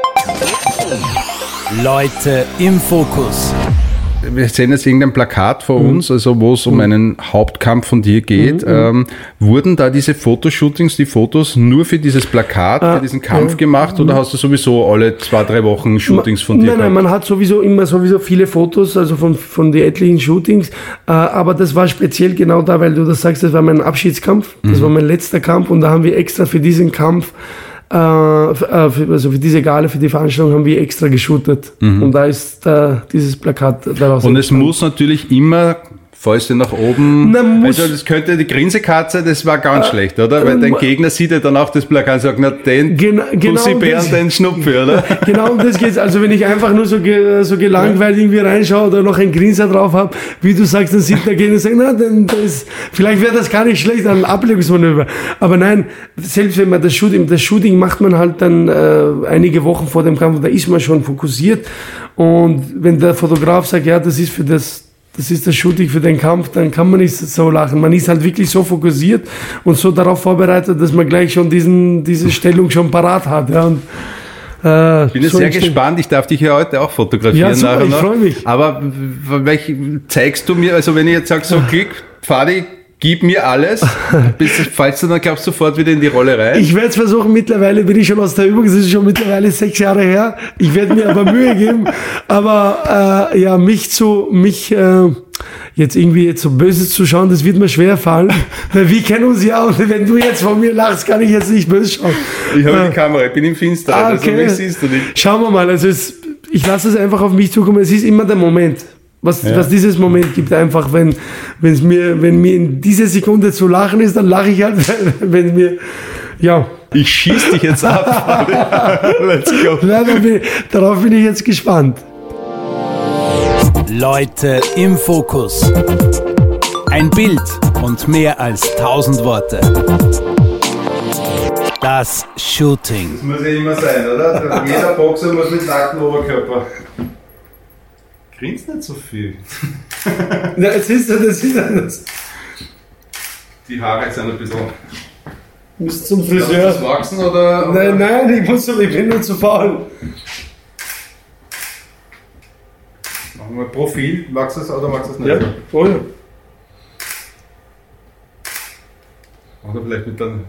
Leute im Fokus. Wir sehen jetzt irgendein Plakat vor mhm. uns, also wo es um einen Hauptkampf von dir geht. Mhm. Ähm, wurden da diese Fotoshootings, die Fotos nur für dieses Plakat, ah, für diesen Kampf ja. gemacht oder hast du sowieso alle zwei, drei Wochen Shootings von dir Nein, gehabt? Nein, man hat sowieso immer sowieso viele Fotos, also von, von den etlichen Shootings, äh, aber das war speziell genau da, weil du das sagst, das war mein Abschiedskampf, das mhm. war mein letzter Kampf und da haben wir extra für diesen Kampf Äh, also für diese Gala, für die Veranstaltung haben wir extra geshootet. Mhm. Und da ist äh, dieses Plakat daraus. Und es muss natürlich immer Fäuste nach oben. Na, also das könnte die Grinsekatze, das war ganz äh, schlecht, oder? Weil äh, dein Gegner sieht ja dann auch das Plakat und sagt, na den Gen- genau Pussybären, den Schnupfe, oder? Genau um das geht's. Also wenn ich einfach nur so, ge- so gelangweilt irgendwie reinschaue oder noch einen Grinser drauf habe, wie du sagst, dann sieht der Gegner und sagt, na, dann das, vielleicht wäre das gar nicht schlecht, ein Ablenkungsmanöver. Aber nein, selbst wenn man das Shooting, das Shooting macht man halt dann äh, einige Wochen vor dem Kampf, da ist man schon fokussiert. Und wenn der Fotograf sagt, ja, das ist für das Das ist das Shooting für den Kampf, dann kann man nicht so lachen. Man ist halt wirklich so fokussiert und so darauf vorbereitet, dass man gleich schon diesen, diese Stellung schon parat hat. Ja. Und, äh, ich bin jetzt so sehr gespannt. Ich darf dich ja heute auch fotografieren. Ja, super, nachher noch. Ich freue mich. Aber welch, zeigst du mir, also wenn ich jetzt sage, so klick, Pfadi, gib mir alles, bis, falls du dann glaubst sofort wieder in die Rolle rein. Ich werde es versuchen, mittlerweile bin ich schon aus der Übung, es ist schon mittlerweile sechs Jahre her. Ich werde mir aber Mühe geben, aber äh, ja, mich zu, mich äh, jetzt irgendwie jetzt so böse zu schauen, das wird mir schwer fallen, weil wir kennen uns ja und wenn du jetzt von mir lachst, kann ich jetzt nicht böse schauen. Ich habe äh, die Kamera, ich bin im Finsteren, ah, okay. Also mich siehst du nicht. Schauen wir mal, also es, ich lasse es einfach auf mich zukommen, es ist immer der Moment. Was, ja. was dieses Moment gibt, einfach, wenn, wenn's mir, wenn mir in dieser Sekunde zu lachen ist, dann lache ich halt, wenn mir, ja. Ich schieß dich jetzt ab. Let's go. Ja, bin, darauf bin ich jetzt gespannt. Leute im Fokus. Ein Bild und mehr als tausend Worte. Das Shooting. Das muss ja immer sein, oder? Jeder Boxer muss mit nacktem Oberkörper. Grinst nicht so viel. Ja, jetzt ist das, das ist das. Die Haare sind ein bisschen. Du musst zum Friseur. Das wachsen oder, oder? Nein, nein, ich, muss, ich bin nur zu faul. Machen wir Profil. Magst du es oder magst du es nicht? Ja, voll. Oder vielleicht mit dann.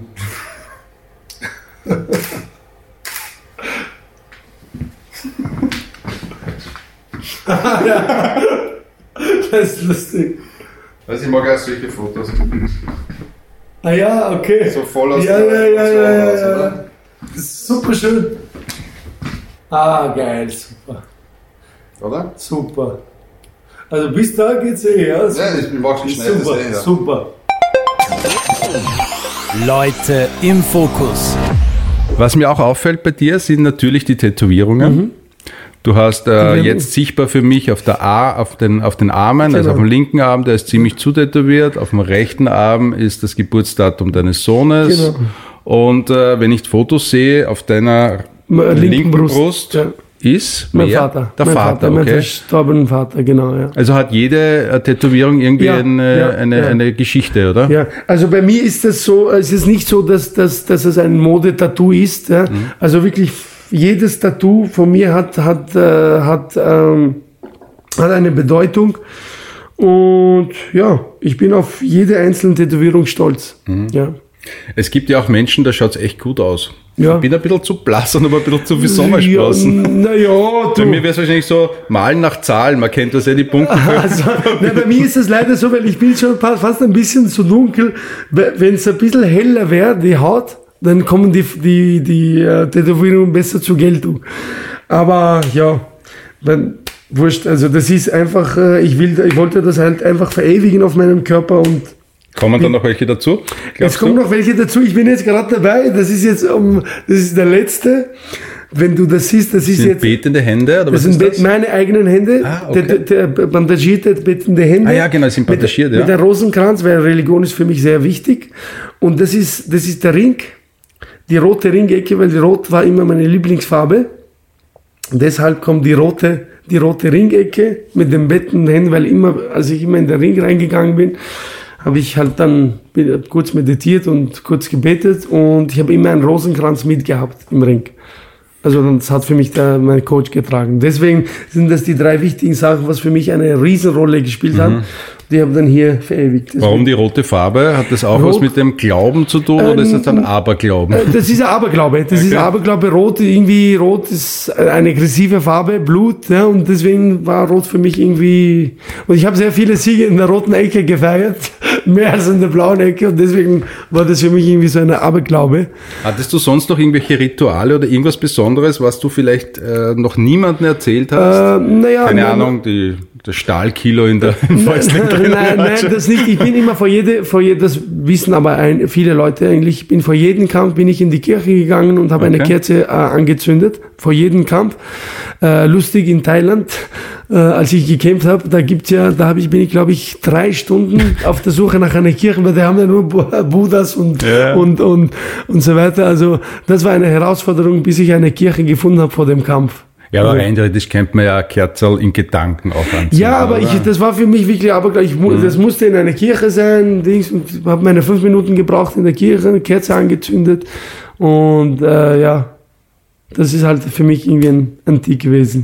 Ja, das ist lustig. Also ich mag auch solche Fotos. Ah ja, okay. So voll aus ja, der ja, ja, ja, ja, ja, ja. Das ist super schön. Ah, geil, super. Oder? Super. Also bis da geht's eh, ja. Ja, ich bin schon schnell. Super, das eh, ja. Super. Leute im Fokus. Was mir auch auffällt bei dir, sind natürlich die Tätowierungen. Mhm. Du hast äh, jetzt sichtbar für mich auf der A, auf den, auf den Armen, genau. Also auf dem linken Arm, der ist ziemlich zutätowiert, auf dem rechten Arm ist das Geburtsdatum deines Sohnes. Genau. Und äh, wenn ich Fotos sehe, auf deiner linken, linken Brust, Brust ja. ist mein wer? Vater. Der mein Vater, Vater, okay. Mein verstorbenen Vater, genau, ja. Also hat jede äh, Tätowierung irgendwie ja, eine, ja, eine, ja. eine Geschichte, oder? Ja, also bei mir ist das so, es ist nicht so, dass, dass, dass es ein Modetattoo ist, ja. Mhm. Also wirklich jedes Tattoo von mir hat, hat, äh, hat, ähm, hat eine Bedeutung. Und ja, ich bin auf jede einzelne Tätowierung stolz. Mhm. Ja. Es gibt ja auch Menschen, da schaut es echt gut aus. Ja. Ich bin ein bisschen zu blass und aber ein bisschen zu viel Sommersprossen. Ja, naja, bei mir wäre es wahrscheinlich so, malen nach Zahlen, man kennt das ja, die Punkte. Also, na, bei mir ist es leider so, weil ich bin schon fast ein bisschen zu dunkel. Wenn es ein bisschen heller wäre, die Haut, dann kommen die, die, die äh, Tätowierungen besser zur Geltung. Aber ja, wenn, wurscht, also das ist einfach, äh, ich will, ich wollte das halt einfach verewigen auf meinem Körper und kommen dann noch welche dazu? Es kommen noch welche dazu. Ich bin jetzt gerade dabei. Das ist jetzt um, das ist der letzte. Wenn du das siehst, das ist sind jetzt betende Hände oder was das sind ist das? Meine eigenen Hände. Ah, okay. der, der, der bandagierte betende Hände. Ah ja, genau, sind bandagiert, mit, ja. Mit der Rosenkranz, weil Religion ist für mich sehr wichtig. Und das ist, das ist der Ring, die rote Ringecke, weil die Rot war immer meine Lieblingsfarbe. Und deshalb kommt die rote, die rote Ringecke mit den bettenden Händen, weil immer, als ich immer in den Ring reingegangen bin, habe ich halt dann kurz meditiert und kurz gebetet und ich habe immer einen Rosenkranz mitgehabt im Ring. Also das hat für mich der, mein Coach getragen. Deswegen sind das die drei wichtigen Sachen, was für mich eine Riesenrolle gespielt mhm. haben. Die habe ich dann hier verewigt. Deswegen. Warum die rote Farbe? Hat das auch Rot, was mit dem Glauben zu tun, ähm, oder ist das dann Aberglauben? Äh, das ist ein Aberglaube. Das okay. ist Aberglaube. Rot, irgendwie Rot ist eine aggressive Farbe, Blut, ja, und deswegen war Rot für mich irgendwie, und ich habe sehr viele Siege in der roten Ecke gefeiert, mehr als in der blauen Ecke, und deswegen war das für mich irgendwie so eine Aberglaube. Hattest du sonst noch irgendwelche Rituale oder irgendwas Besonderes, was du vielleicht äh, noch niemandem erzählt hast? Äh, naja, Keine na, Ahnung, die das Stahlkilo in der Fäustling drin. Nein, nein, das nicht. Ich bin immer vor jede, vor jede, das wissen aber ein, viele Leute eigentlich, ich bin vor jedem Kampf bin ich in die Kirche gegangen und habe okay. eine Kerze äh, angezündet, vor jedem Kampf. Äh, lustig in Thailand, äh, als ich gekämpft habe, da gibt's ja, da habe ich, bin ich glaube ich drei Stunden auf der Suche nach einer Kirche, weil da haben ja nur Buddhas und, yeah. und, und, und so weiter. Also, das war eine Herausforderung, bis ich eine Kirche gefunden habe vor dem Kampf. Ja, aber rein theoretisch kennt man ja Kerzel in Gedanken auch anziehen. Ja, aber ich, das war für mich wirklich, aber ich, mhm. das musste in einer Kirche sein, Dings, und habe meine fünf Minuten gebraucht in der Kirche, eine Kerze angezündet und äh, ja, das ist halt für mich irgendwie ein Antik gewesen.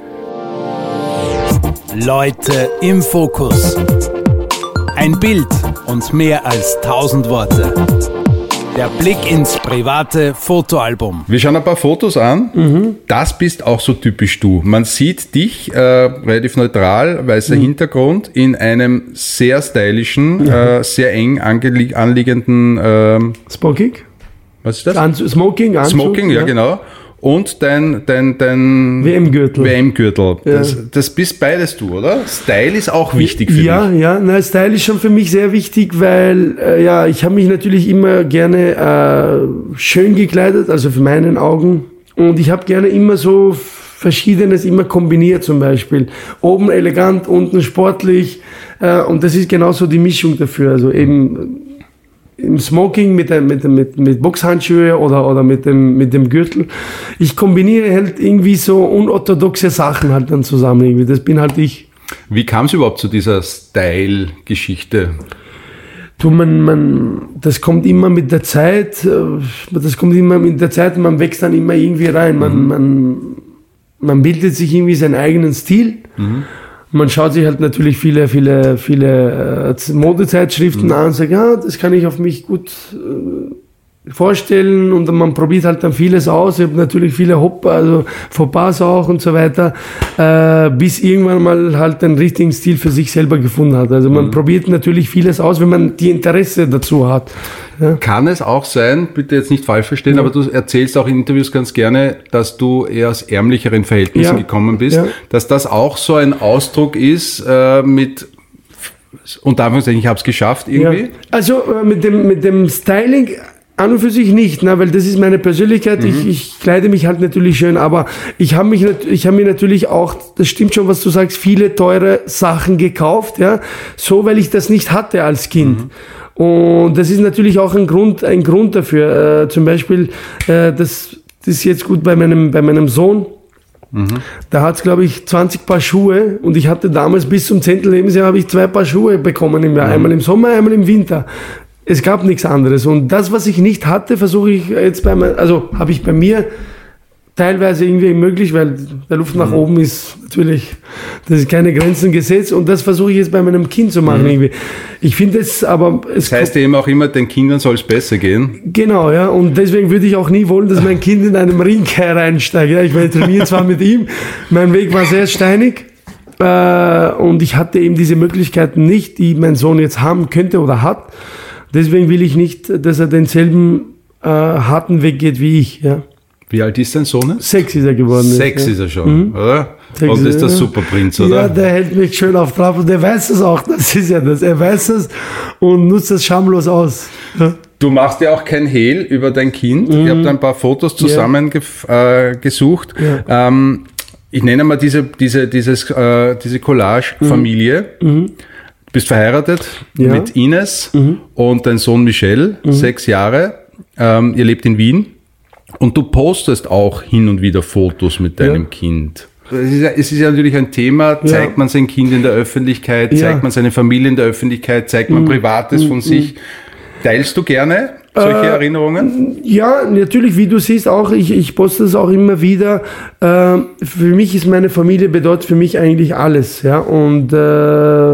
Leute im Fokus. Ein Bild und mehr als tausend Worte. Der Blick ins private Fotoalbum. Wir schauen ein paar Fotos an. Mhm. Das bist auch so typisch du. Man sieht dich äh, relativ neutral, weißer mhm. Hintergrund, in einem sehr stylischen, mhm. äh, sehr eng angelie- anliegenden ähm, Smoking. Was ist das? Anzug, Smoking, Anzug, Smoking, ja, ja genau. Und dein, dein, dein W M-Gürtel. W M-Gürtel. Ja. Das, das bist beides du, oder? Style ist auch wichtig für ja, dich. Ja, ja. Style ist schon für mich sehr wichtig, weil äh, ja, ich habe mich natürlich immer gerne äh, schön gekleidet, also für meinen Augen. Und ich habe gerne immer so Verschiedenes immer kombiniert, zum Beispiel. Oben elegant, unten sportlich. Äh, und das ist genauso die Mischung dafür. Also eben im Smoking mit, mit, mit, mit Boxhandschuhe oder, oder mit, dem, mit dem Gürtel. Ich kombiniere halt irgendwie so unorthodoxe Sachen halt dann zusammen irgendwie. Das bin halt ich. Wie kam es überhaupt zu dieser Style-Geschichte? Du, man, man, das kommt immer mit der Zeit, das kommt immer mit der Zeit und man wächst dann immer irgendwie rein. Man, mhm. man, man bildet sich irgendwie seinen eigenen Stil. Mhm. Man schaut sich halt natürlich viele, viele, viele äh, Modezeitschriften mhm. an und sagt, ja, das kann ich auf mich gut äh, vorstellen, und man probiert halt dann vieles aus. Ich habe natürlich viele Hop, also Fauxpas auch und so weiter, äh, bis irgendwann mal halt den richtigen Stil für sich selber gefunden hat. Also man mhm. probiert natürlich vieles aus, wenn man die Interesse dazu hat. Ja. Kann es auch sein, bitte jetzt nicht falsch verstehen, ja. aber du erzählst auch in Interviews ganz gerne, dass du eher aus ärmlicheren Verhältnissen ja. gekommen bist, ja. dass das auch so ein Ausdruck ist äh, mit, unter Anführungszeichen, ich habe es geschafft irgendwie? Ja. Also äh, mit dem, mit dem Styling an und für sich nicht, ne, weil das ist meine Persönlichkeit. Mhm. Ich, ich kleide mich halt natürlich schön, aber ich habe mich, ich habe mir natürlich auch, das stimmt schon, was du sagst, viele teure Sachen gekauft, ja, so, weil ich das nicht hatte als Kind. Mhm. Und das ist natürlich auch ein Grund, ein Grund dafür. Äh, zum Beispiel, äh, das, das ist jetzt gut bei meinem, bei meinem Sohn. Mhm. Da hat's, glaube ich, zwanzig Paar Schuhe und ich hatte damals bis zum zehnten Lebensjahr habe ich zwei Paar Schuhe bekommen im Jahr, mhm. einmal im Sommer, einmal im Winter. Es gab nichts anderes und das, was ich nicht hatte, versuche ich jetzt bei mir, also habe ich bei mir teilweise irgendwie möglich, weil der Luft nach mhm. oben ist natürlich, das ist keine Grenzen gesetzt und das versuche ich jetzt bei meinem Kind zu machen mhm. irgendwie. Ich finde es aber... Es das heißt ja eben auch immer, den Kindern soll es besser gehen. Genau, ja, und deswegen würde ich auch nie wollen, dass mein Kind in einem Ring reinsteigt. Ja, ich meine, trainiere zwar mit ihm, mein Weg war sehr steinig äh, und ich hatte eben diese Möglichkeiten nicht, die mein Sohn jetzt haben könnte oder hat. Deswegen will ich nicht, dass er denselben äh, harten Weg geht wie ich, ja. Wie alt ist dein Sohn? Sechs ist er geworden. Sechs ist, ja. ist er schon, mhm. oder? Sechs und ist der Superprinz, oder? Ja, der hält mich schön auf Trab und der weiß es auch. Das ist ja das. Er weiß es und nutzt das schamlos aus. Ja. Du machst ja auch kein Hehl über dein Kind. Mhm. Ich habe da ein paar Fotos zusammengesucht. Ja. Äh, gesucht. Ja. Ähm, ich nenne mal diese, diese, dieses, äh, diese Collage mhm. Familie. Mhm. Du bist verheiratet ja. mit Ines mhm. und dein Sohn Michel, mhm. sechs Jahre. Ähm, ihr lebt in Wien. Und du postest auch hin und wieder Fotos mit deinem ja. Kind. Es ist, ja, es ist ja natürlich ein Thema, zeigt ja. man sein Kind in der Öffentlichkeit, ja. zeigt man seine Familie in der Öffentlichkeit, zeigt man mm, Privates mm, von mm. sich. Teilst du gerne solche äh, Erinnerungen? Ja, natürlich, wie du siehst auch, ich, ich poste das auch immer wieder. Äh, für mich ist meine Familie, bedeutet für mich eigentlich alles. Ja, und äh,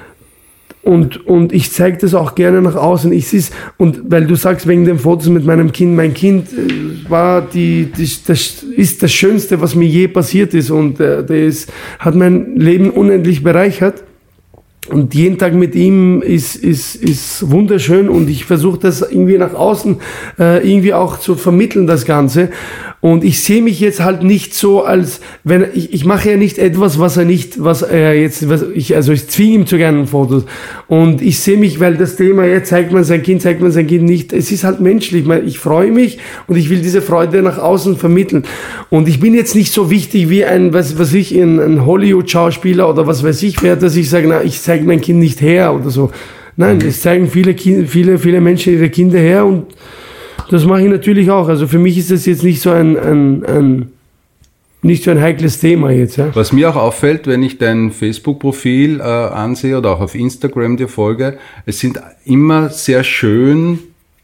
Und, und ich zeige das auch gerne nach außen. Ich seh's, und weil du sagst, wegen den Fotos mit meinem Kind, mein Kind war die, die das ist das Schönste, was mir je passiert ist. Und äh, das hat mein Leben unendlich bereichert. Und jeden Tag mit ihm ist, ist, ist wunderschön und ich versuche das irgendwie nach außen äh, irgendwie auch zu vermitteln, das Ganze. Und ich sehe mich jetzt halt nicht so als, wenn ich, ich mache ja nicht etwas, was er nicht, was er jetzt, was ich, also ich zwinge ihm zu gerne Fotos. Und ich sehe mich, weil das Thema, jetzt zeigt man sein Kind, zeigt man sein Kind nicht. Es ist halt menschlich. Ich freue mich und ich will diese Freude nach außen vermitteln. Und ich bin jetzt nicht so wichtig wie ein, was, was ich, ein, ein Hollywood-Schauspieler oder was weiß ich wer, dass ich sage, na, ich zeige mein Kind nicht her oder so. Nein, mhm. es zeigen viele, viele, viele Menschen ihre Kinder her und das mache ich natürlich auch. Also für mich ist das jetzt nicht so ein, ein, ein nicht so ein heikles Thema jetzt. Ja. Was mir auch auffällt, wenn ich dein Facebook-Profil äh, ansehe oder auch auf Instagram dir folge, es sind immer sehr schön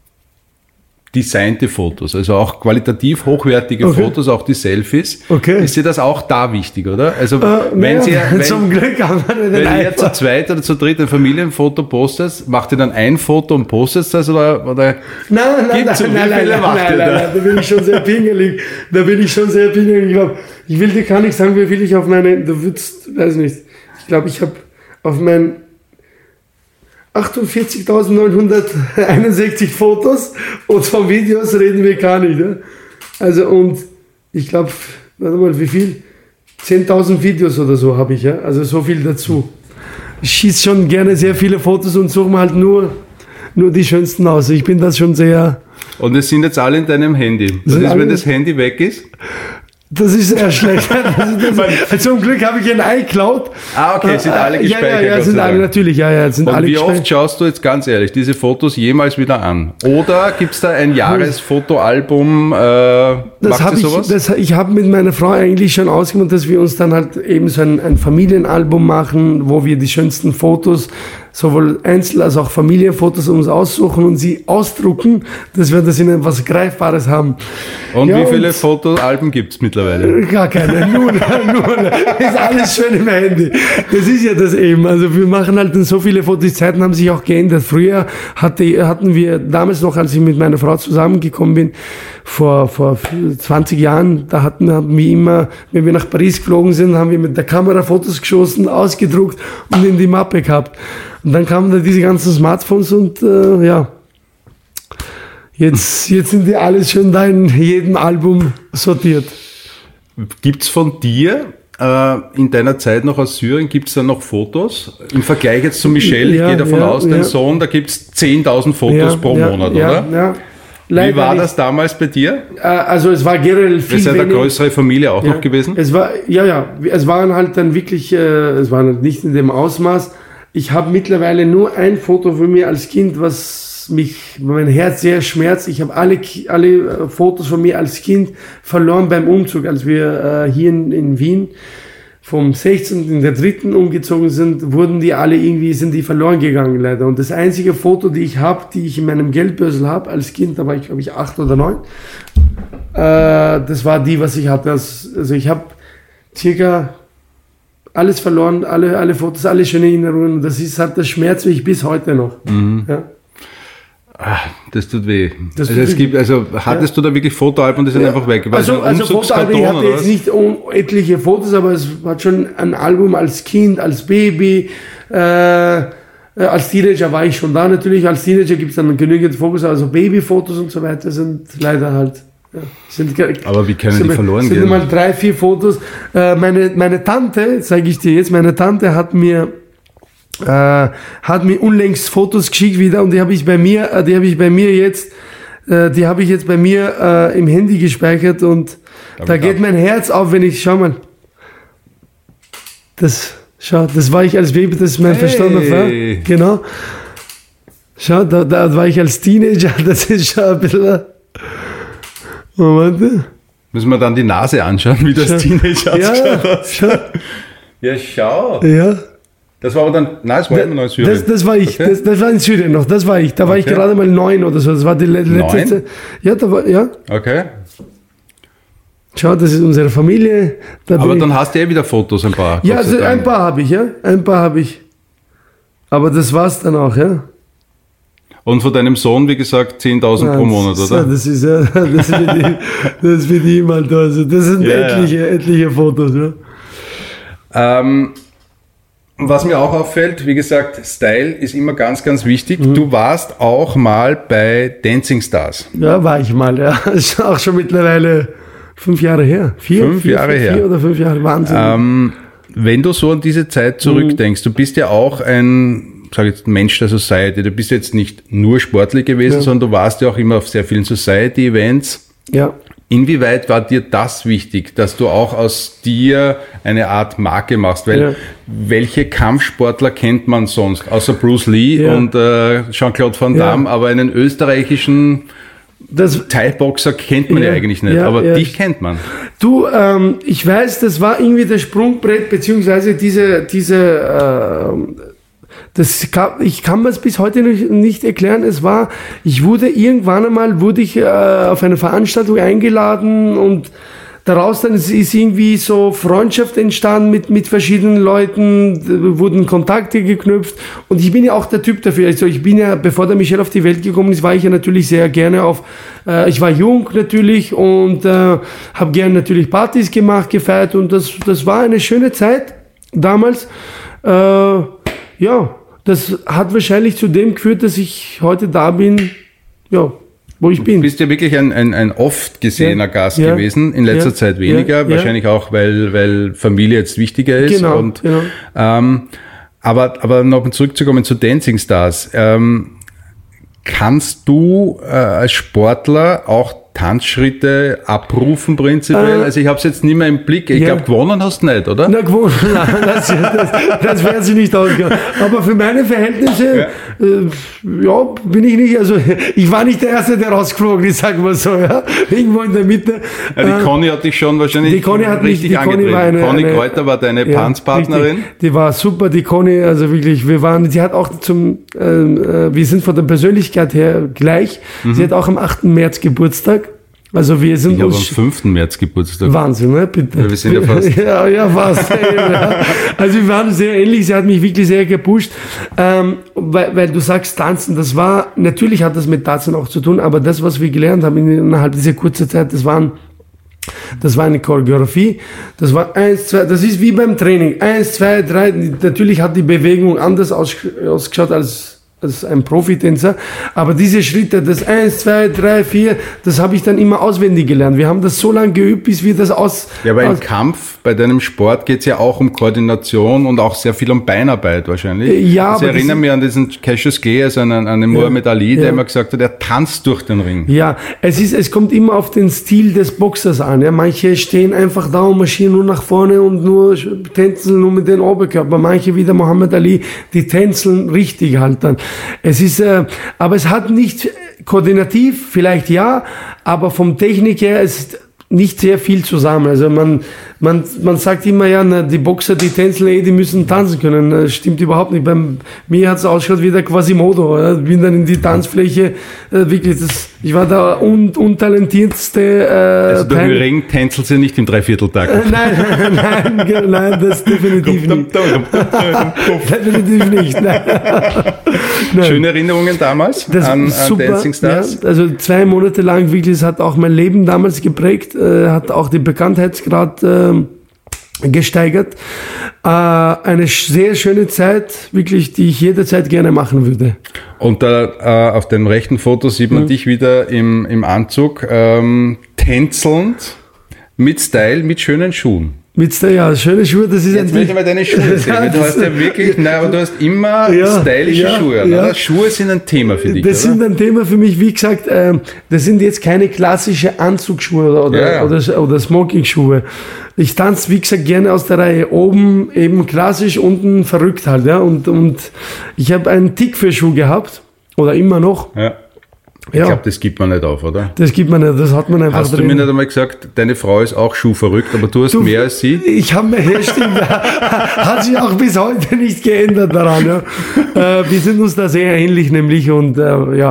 designte Fotos, also auch qualitativ hochwertige okay. Fotos, auch die Selfies. Okay. Ist dir das auch da wichtig, oder? Also äh, wenn ja, Sie, wenn, zum Glück haben wir wenn ihr zu zweit oder zu dritt ein Familienfoto postet, macht ihr dann ein Foto und postet das oder, oder nein, nein, nein, nein, nein, nein, nein, nein, nein, da bin ich schon sehr pingelig. Da bin ich schon sehr pingelig. Ich glaube, ich will dir gar nicht sagen, wie viel ich auf meine, du würdest, weiß nicht, ich glaube, ich habe auf mein achtundvierzigtausendneunhunderteinundsechzig Fotos und von Videos reden wir gar nicht. Ja? Also und ich glaube, warte mal, wie viel? zehntausend Videos oder so habe ich, ja. Also so viel dazu. Ich schieße schon gerne sehr viele Fotos und suche mir halt nur, nur die schönsten aus. Ich bin das schon sehr... Und es sind jetzt alle in deinem Handy. Was ist, wenn das Handy weg ist? Das ist sehr schlecht. Das ist, das, zum Glück habe ich ein iCloud. Ah, okay, sind alle gespeichert. Ja, ja, ja sind alle, natürlich, ja, ja, sind Und alle wie oft schaust du jetzt ganz ehrlich diese Fotos jemals wieder an? Oder gibt es da ein Jahresfotoalbum? Äh, das habe ich, das, ich habe mit meiner Frau eigentlich schon ausgemacht, dass wir uns dann halt eben so ein, ein Familienalbum machen, wo wir die schönsten Fotos, sowohl Einzel- als auch Familienfotos uns aussuchen und sie ausdrucken, dass wir das in etwas Greifbares haben. Und ja, wie viele und Fotoalben gibt es mittlerweile? Gar keine, nur, nur, ist alles schön im Handy. Das ist ja das eben, also wir machen halt so viele Fotos, die Zeiten haben sich auch geändert. Früher hatte, hatten wir, damals noch, als ich mit meiner Frau zusammengekommen bin, vor, vor zwanzig Jahren, da hatten, hatten wir immer, wenn wir nach Paris geflogen sind, haben wir mit der Kamera Fotos geschossen, ausgedruckt und in die Mappe gehabt. Und dann kamen da diese ganzen Smartphones und äh, ja, jetzt, jetzt sind die alles schon da in jedem Album sortiert. Gibt's von dir äh, in deiner Zeit noch aus Syrien, gibt's da noch Fotos? Im Vergleich jetzt zu Michel, ich ja, gehe davon ja, aus, dein ja. Sohn, da gibt's zehntausend Fotos ja, pro ja, Monat, ja, oder? Ja. Wie war das damals bei dir? Also es war generell viel weniger. Ist ja eine wenig, größere Familie auch ja, noch gewesen? Es war, ja, ja, es waren halt dann wirklich, es war nicht in dem Ausmaß. Ich habe mittlerweile nur ein Foto von mir als Kind, was mich, mein Herz sehr schmerzt. Ich habe alle, alle Fotos von mir als Kind verloren beim Umzug, als wir äh, hier in, in Wien vom sechzehnten in der dritten umgezogen sind, wurden die alle irgendwie, sind die verloren gegangen leider. Und das einzige Foto, die ich habe, die ich in meinem Geldbörsel habe, als Kind, da war ich glaube ich acht oder neun, äh, das war die, was ich hatte. Also ich habe circa alles verloren, alle, alle Fotos, alle schöne Erinnerungen. Und das ist halt, das schmerzt mich bis heute noch. Mhm. Ja. Ah, das tut weh. Das also, tut es gibt, also hattest ja. du da wirklich Fotoalben und die sind ja. einfach weg? Also, also Fotoalben, ich hatte jetzt nicht etliche Fotos, aber es war schon ein Album als Kind, als Baby, äh, als Teenager war ich schon da natürlich. Als Teenager gibt es dann genügend Fotos, also Babyfotos und so weiter sind leider halt. Ja, sind, aber wie können sind, die verloren sind gehen? Sind mal drei, vier Fotos. Äh, meine, meine Tante, sage ich dir jetzt, meine Tante hat mir Äh, hat mir unlängst Fotos geschickt wieder und die habe ich bei mir, äh, die habe ich bei mir jetzt, äh, die habe ich jetzt bei mir äh, im Handy gespeichert und aber da geht mein Herz auf, wenn ich, schau mal, das, schau, das war ich als Baby, das ist mein hey. Verstand war, genau, schau, da, da war ich als Teenager, das ist schon ein bisschen, Moment. Müssen wir dann die Nase anschauen, wie das schau. Teenager ja, ausschaut. Schau. Ja, schau. Ja. Das war aber dann, nein, es war da, immer noch in Syrien. Das, das war ich, okay. das, das war in Syrien noch, das war ich. Da war okay. ich gerade mal neun oder so, das war die letzte. Neun? Ja, da war, ja. Okay. Schau, das ist unsere Familie. Da aber dann ich. Hast du eh wieder Fotos, ein paar. Ja, also ein paar habe ich, ja, ein paar habe ich. Aber das war's dann auch, ja. Und von deinem Sohn, wie gesagt, zehntausend pro Monat, oder? Ja, das ist ja, das ist für die, das ist für die immer da. Also das sind ja, etliche, ja. etliche Fotos, ja. Ähm, Was mir auch auffällt, wie gesagt, Style ist immer ganz, ganz wichtig. Mhm. Du warst auch mal bei Dancing Stars. Ja, war ich mal, ja. Das ist auch schon mittlerweile fünf Jahre her. Vier, fünf vier, Jahre vier, her. Vier oder fünf Jahre, Wahnsinn. Ähm, wenn du so an diese Zeit zurückdenkst, mhm. du bist ja auch ein, sag ich jetzt, Mensch der Society. Du bist jetzt nicht nur sportlich gewesen, ja. sondern du warst ja auch immer auf sehr vielen Society-Events. Ja. Inwieweit war dir das wichtig, dass du auch aus dir eine Art Marke machst? Weil ja. welche Kampfsportler kennt man sonst? Außer Bruce Lee ja. und äh, Jean-Claude Van Damme, ja. aber einen österreichischen das, Thai-Boxer kennt man ja, ja eigentlich nicht, ja, aber ja. dich kennt man. Du, ähm, ich weiß, das war irgendwie das Sprungbrett, beziehungsweise diese, diese äh, Das kann, ich kann mir es bis heute nicht erklären. Es war, ich wurde irgendwann einmal, wurde ich äh, auf eine Veranstaltung eingeladen und daraus dann ist, ist irgendwie so Freundschaft entstanden mit, mit verschiedenen Leuten, wurden Kontakte geknüpft und ich bin ja auch der Typ dafür. Also ich bin ja, bevor der Michel auf die Welt gekommen ist, war ich ja natürlich sehr gerne auf, äh, ich war jung natürlich und äh, habe gerne natürlich Partys gemacht, gefeiert und das, das war eine schöne Zeit damals. Äh, ja, das hat wahrscheinlich zu dem geführt, dass ich heute da bin, ja, wo ich bin. Du bist ja wirklich ein, ein, ein oft gesehener ja, Gast ja, gewesen, in letzter ja, Zeit weniger, ja, wahrscheinlich ja. auch, weil, weil Familie jetzt wichtiger ist. Genau, und, genau. Ähm, aber, aber noch zurückzukommen zu Dancing Stars. Ähm, kannst du äh, als Sportler auch Tanzschritte abrufen prinzipiell? Äh, also ich habe es jetzt nicht mehr im Blick. Ich ja. glaube, gewonnen hast du nicht, oder? Na, gewonnen, nein, das, das, das wäre sie nicht ausgegangen. Aber für meine Verhältnisse, ja. Äh, ja, bin ich nicht, also ich war nicht der Erste, der rausgeflogen ist, sagen wir so, ja. Irgendwo in der Mitte. Ja, die äh, Conny hat dich schon wahrscheinlich die Conny hat richtig mich, die angetrieben. Conny war eine, Conny eine, Kräuter war deine ja, Tanzpartnerin. Richtig. Die war super, die Conny, also wirklich, wir waren, sie hat auch zum, äh, wir sind von der Persönlichkeit her gleich. Mhm. Sie hat auch am achten März Geburtstag. Also wir sind ich habe am fünften März Geburtstag. Wahnsinn, ne? Bitte. Ja, wir sind ja fast. ja, ja, fast. ja. Also wir waren sehr ähnlich, sie hat mich wirklich sehr gepusht, ähm, weil, weil du sagst Tanzen, das war, natürlich hat das mit Tanzen auch zu tun, aber das, was wir gelernt haben innerhalb dieser kurzen Zeit, das waren Das war eine Choreografie. Das war eins, zwei, das ist wie beim Training. Eins, zwei, drei. Natürlich hat die Bewegung anders ausgeschaut als als ein Profitänzer. Aber diese Schritte, das eins, zwei, drei, vier, das habe ich dann immer auswendig gelernt. Wir haben das so lange geübt, bis wir das aus... Ja, aber aus im Kampf, bei deinem Sport geht es ja auch um Koordination und auch sehr viel um Beinarbeit wahrscheinlich. Ja, also ich erinnere mich an diesen Cassius Clay, also an, an den Muhammad Ali, der ja. immer gesagt hat, er tanzt durch den Ring. Ja, es ist, es kommt immer auf den Stil des Boxers an. Ja. Manche stehen einfach da und marschieren nur nach vorne und nur tänzeln nur mit dem Oberkörper. Manche wie der Muhammad Ali, die tänzeln richtig halt dann. Es ist, äh, aber es hat nicht koordinativ, vielleicht ja, aber vom Technik her ist nicht sehr viel zusammen. Also man, man, man sagt immer, ja, na, die Boxer, die tänzeln eh, die müssen tanzen können. Das stimmt überhaupt nicht. Bei mir hat es ausgeschaut wie der Quasimodo. Ja. Bin dann in die Tanzfläche, äh, wirklich, das, ich war der un, untalentiertste. Äh, also durch den Ring tänzelst du nicht im Dreivierteltakt. Äh, nein, nein, nein, nein, das definitiv nicht. Definitiv nicht. Nein. Nein. Schöne Erinnerungen damals das an, super, an Dancing Stars? Ja, also zwei Monate lang wirklich, das hat auch mein Leben damals geprägt, äh, hat auch den Bekanntheitsgrad äh, gesteigert. Äh, eine sehr schöne Zeit, wirklich, die ich jederzeit gerne machen würde. Und da äh, auf dem rechten Foto sieht man mhm. dich wieder im, im Anzug, ähm, tänzelnd, mit Style, mit schönen Schuhen. Mit der, ja, schöne Schuhe, das ist Jetzt will ich mal deine Schuhe sehen. Ja, du hast ja wirklich, nein, aber du hast immer ja, stylische ja, Schuhe. Ja. Schuhe sind ein Thema für dich, Das oder? sind ein Thema für mich, wie gesagt, äh, das sind jetzt keine klassische Anzugsschuhe oder, oder, ja, ja. oder, oder Smoking-Schuhe. Ich tanze, wie gesagt, gerne aus der Reihe. Oben eben klassisch, unten verrückt halt, ja. Und, und ich habe einen Tick für Schuh gehabt, oder immer noch. Ja. Ich Ja. glaube, das gibt man nicht auf, oder? Das gibt man nicht, das hat man einfach Hast du mir nicht einmal gesagt, deine Frau ist auch schuhverrückt, aber du hast Du, mehr als sie? Ich habe mir, ja, stimmt, hat sich auch bis heute nicht geändert daran. Ja. Äh, wir sind uns da sehr ähnlich nämlich und äh, ja.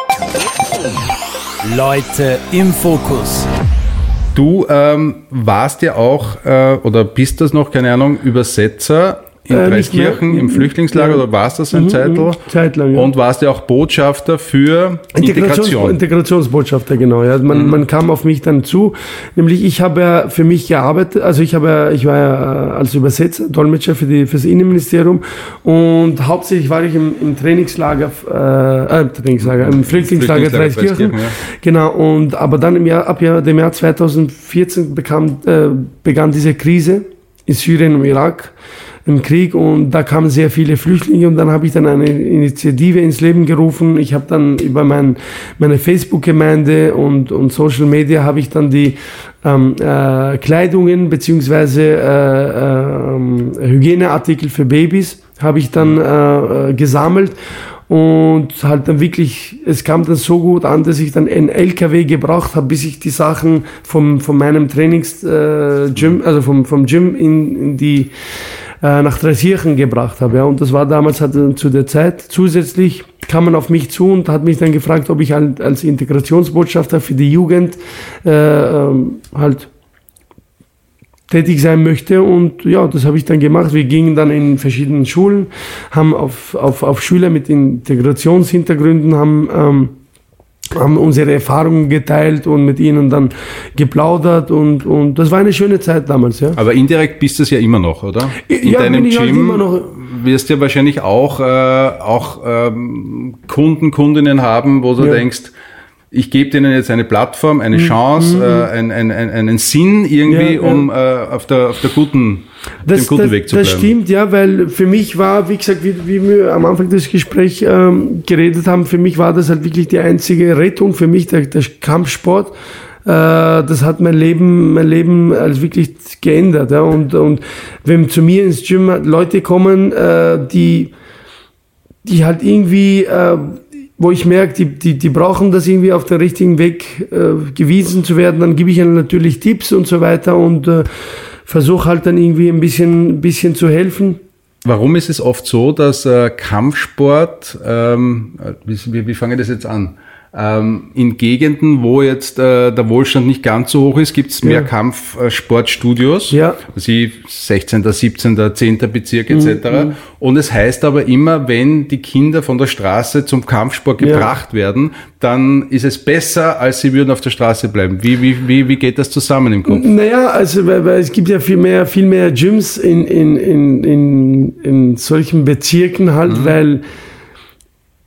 Leute im Fokus. Du ähm, warst ja auch, äh, oder bist das noch, keine Ahnung, Übersetzer in Äh, nicht Dreiskirchen mehr. im Flüchtlingslager, Ja. oder warst das ein Mhm, Zeitl? mhm. Zeitlang, ja. Und warst ja auch Botschafter für Integrations- Integration. Integrationsbotschafter, genau. Ja. Man, Mhm. man kam auf mich dann zu. Nämlich ich habe ja für mich gearbeitet, also ich habe ja, ich war ja als Übersetzer, Dolmetscher für die fürs Innenministerium und hauptsächlich war ich im, im Trainingslager, äh, äh, Trainingslager, im Flüchtlingslager Dreiskirchen. Ja. Genau. Und aber dann im Jahr ab Jahr, dem Jahr zweitausendvierzehn bekam, äh, begann diese Krise in Syrien und Irak. Im Krieg, und da kamen sehr viele Flüchtlinge, und dann habe ich dann eine Initiative ins Leben gerufen. Ich habe dann über mein, meine Facebook-Gemeinde und, und Social Media habe ich dann die ähm, äh, Kleidungen beziehungsweise äh, äh, Hygieneartikel für Babys habe ich dann äh, gesammelt. Und halt dann wirklich, es kam dann so gut an, dass ich dann einen L K W gebraucht habe, bis ich die Sachen vom, von meinem Trainings äh, Gym, also vom, vom Gym in, in die äh, nach Dreiskirchen gebracht habe. Ja. Und das war damals halt zu der Zeit. Zusätzlich kam man auf mich zu und hat mich dann gefragt, ob ich halt als Integrationsbotschafter für die Jugend äh, ähm, halt tätig sein möchte, und ja, das habe ich dann gemacht. Wir gingen dann in verschiedenen Schulen, haben auf, auf, auf Schüler mit Integrationshintergründen, haben, ähm, haben unsere Erfahrungen geteilt und mit ihnen dann geplaudert, und, und das war eine schöne Zeit damals. Ja. Aber indirekt bist du es ja immer noch, oder? In Ja, deinem bin ich Gym halt immer noch. wirst du ja wahrscheinlich auch, äh, auch ähm, Kunden, Kundinnen haben, wo du Ja. denkst, ich gebe denen jetzt eine Plattform, eine Chance, Mhm. äh, ein, ein, ein, einen Sinn irgendwie, Ja, ja. um äh, auf der, auf der guten, Das, dem guten das, Weg zu das bleiben. stimmt, ja, weil für mich war, wie gesagt, wie, wie wir am Anfang des Gesprächs ähm, geredet haben, für mich war das halt wirklich die einzige Rettung, für mich der, der Kampfsport. Äh, das hat mein Leben, mein Leben als wirklich geändert. Ja. Und, und wenn zu mir ins Gym Leute kommen, äh, die, die halt irgendwie, äh, wo ich merke, die, die, die brauchen das irgendwie auf den richtigen Weg äh, gewiesen zu werden, dann gebe ich ihnen natürlich Tipps und so weiter und äh, versuche halt dann irgendwie ein bisschen, ein bisschen zu helfen. Warum ist es oft so, dass äh, Kampfsport, ähm, wie, wie fange ich das jetzt an? Ähm, in Gegenden, wo jetzt äh, der Wohlstand nicht ganz so hoch ist, gibt es mehr Ja. Kampfsportstudios. Ja. Sie sechzehnter, siebzehnter, zehnter Bezirk et cetera. Mhm. Und es heißt aber immer, wenn die Kinder von der Straße zum Kampfsport Ja. gebracht werden, dann ist es besser, als sie würden auf der Straße bleiben. Wie, wie, wie, wie geht das zusammen im Kopf? Naja, also weil, weil es gibt ja viel mehr, viel mehr Gyms in, in, in, in, in solchen Bezirken halt, mhm. weil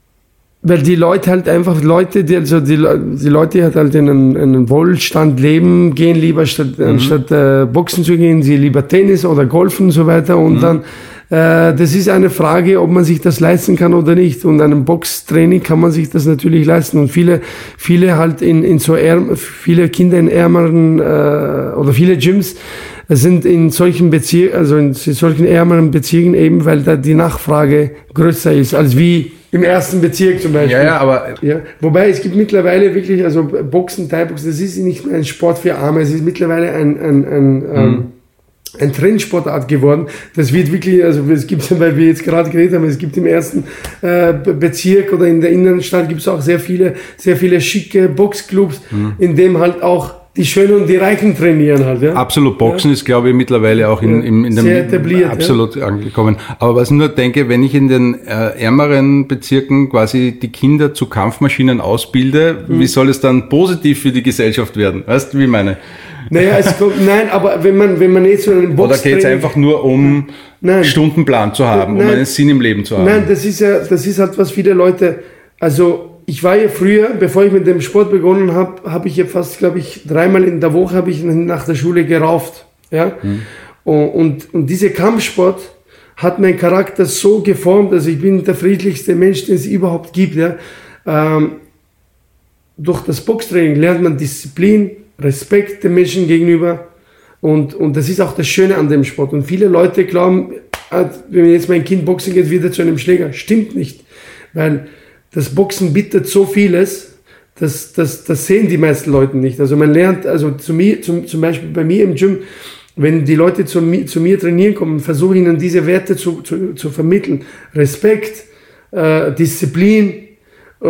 weil die Leute halt einfach, Leute, die, also die, die Leute, die halt in einen, in einen Wohlstand leben, gehen lieber statt, mhm. anstatt äh, Boxen zu gehen, sie lieber Tennis oder Golfen und so weiter. Und mhm. dann, äh, das ist eine Frage, ob man sich das leisten kann oder nicht. Und einem Boxtraining kann man sich das natürlich leisten. Und viele, viele halt in, in so ärm, viele Kinder in ärmeren, äh, oder viele Gyms sind in solchen Bezirken, also in solchen ärmeren Bezirken eben, weil da die Nachfrage größer ist, als wie im ersten Bezirk zum Beispiel. Ja, ja, aber... Ja, wobei es gibt mittlerweile wirklich, also Boxen, Thai-Boxen, das ist nicht mehr ein Sport für Arme, es ist mittlerweile ein, ein, ein, mhm. ähm, ein Trendsportart geworden. Das wird wirklich, also es gibt, weil wir jetzt gerade geredet haben, es gibt im ersten äh, Bezirk oder in der Innenstadt gibt es auch sehr viele, sehr viele schicke Boxclubs, mhm. in dem halt auch die Schönen und die Reichen trainieren halt, ja. Absolut. Boxen ja. ist, glaube ich, mittlerweile auch in, ja. in, in dem sehr etabliert, absolut ja. angekommen. Aber was ich nur denke, wenn ich in den äh, ärmeren Bezirken quasi die Kinder zu Kampfmaschinen ausbilde, mhm. wie soll es dann positiv für die Gesellschaft werden? Weißt du, wie ich meine? Naja, es kommt, nein, aber wenn man, wenn man jetzt so einen Box Oder geht es einfach nur um nein. Stundenplan zu haben, nein. um einen Sinn im Leben zu haben? Nein, das ist ja, das ist halt, was viele Leute, also, ich war ja früher, bevor ich mit dem Sport begonnen habe, habe ich ja fast, glaube ich, dreimal in der Woche habe ich nach der Schule gerauft, ja. Mhm. Und, und, und dieser Kampfsport hat meinen Charakter so geformt, also ich bin der friedlichste Mensch, den es überhaupt gibt, ja. Ähm, durch das Boxtraining lernt man Disziplin, Respekt dem Menschen gegenüber und, und das ist auch das Schöne an dem Sport. Und viele Leute glauben, wenn jetzt mein Kind boxen geht, wird er zu einem Schläger. Stimmt nicht, weil das Boxen bietet so vieles, das, das, das sehen die meisten Leute nicht. Also man lernt, also zu mir, zum, zum Beispiel bei mir im Gym, wenn die Leute zu mir, zu mir trainieren kommen, versuche ich ihnen diese Werte zu, zu, zu vermitteln. Respekt, äh, Disziplin, äh,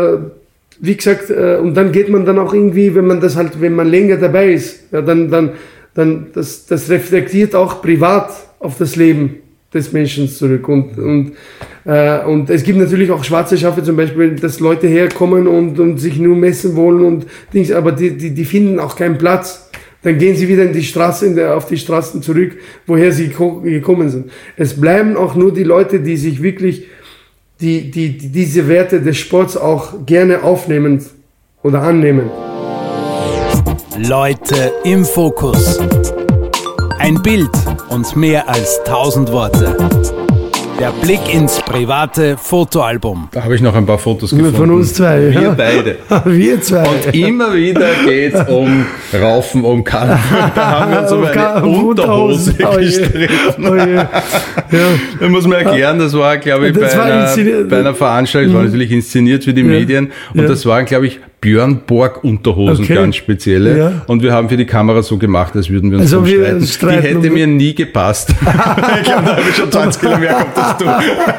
wie gesagt, äh, und dann geht man dann auch irgendwie, wenn man das halt, wenn man länger dabei ist, ja, dann, dann, dann, das, das reflektiert auch privat auf das Leben des Menschen zurück. Und, und, äh, und es gibt natürlich auch schwarze Schafe zum Beispiel, dass Leute herkommen und, und sich nur messen wollen und Dings, aber die, die, die finden auch keinen Platz. Dann gehen sie wieder in die Straße, in der, auf die Straßen zurück, woher sie gekommen sind. Es bleiben auch nur die Leute, die sich wirklich die, die, die diese Werte des Sports auch gerne aufnehmen oder annehmen. Leute im Fokus. Ein Bild und mehr als tausend Worte. Der Blick ins private Fotoalbum. Da habe ich noch ein paar Fotos gefunden. Von uns zwei. Wir ja. beide. Wir zwei. Und immer wieder geht es um Raufen, um Kampf. Da haben wir uns um eine Unterhose oh gestritten. Oh ja. Da muss man erklären, das war, glaube ich, das bei, war einer, bei einer Veranstaltung, das war natürlich inszeniert für die ja. Medien. Und ja. das waren, glaube ich, Björn Borg Unterhosen, okay. ganz spezielle. Ja. Und wir haben für die Kamera so gemacht, als würden wir uns also wir streiten. streiten. Die hätte mir nie gepasst. Ich glaube, da habe ich schon zwanzig Kilo mehr gehabt als du.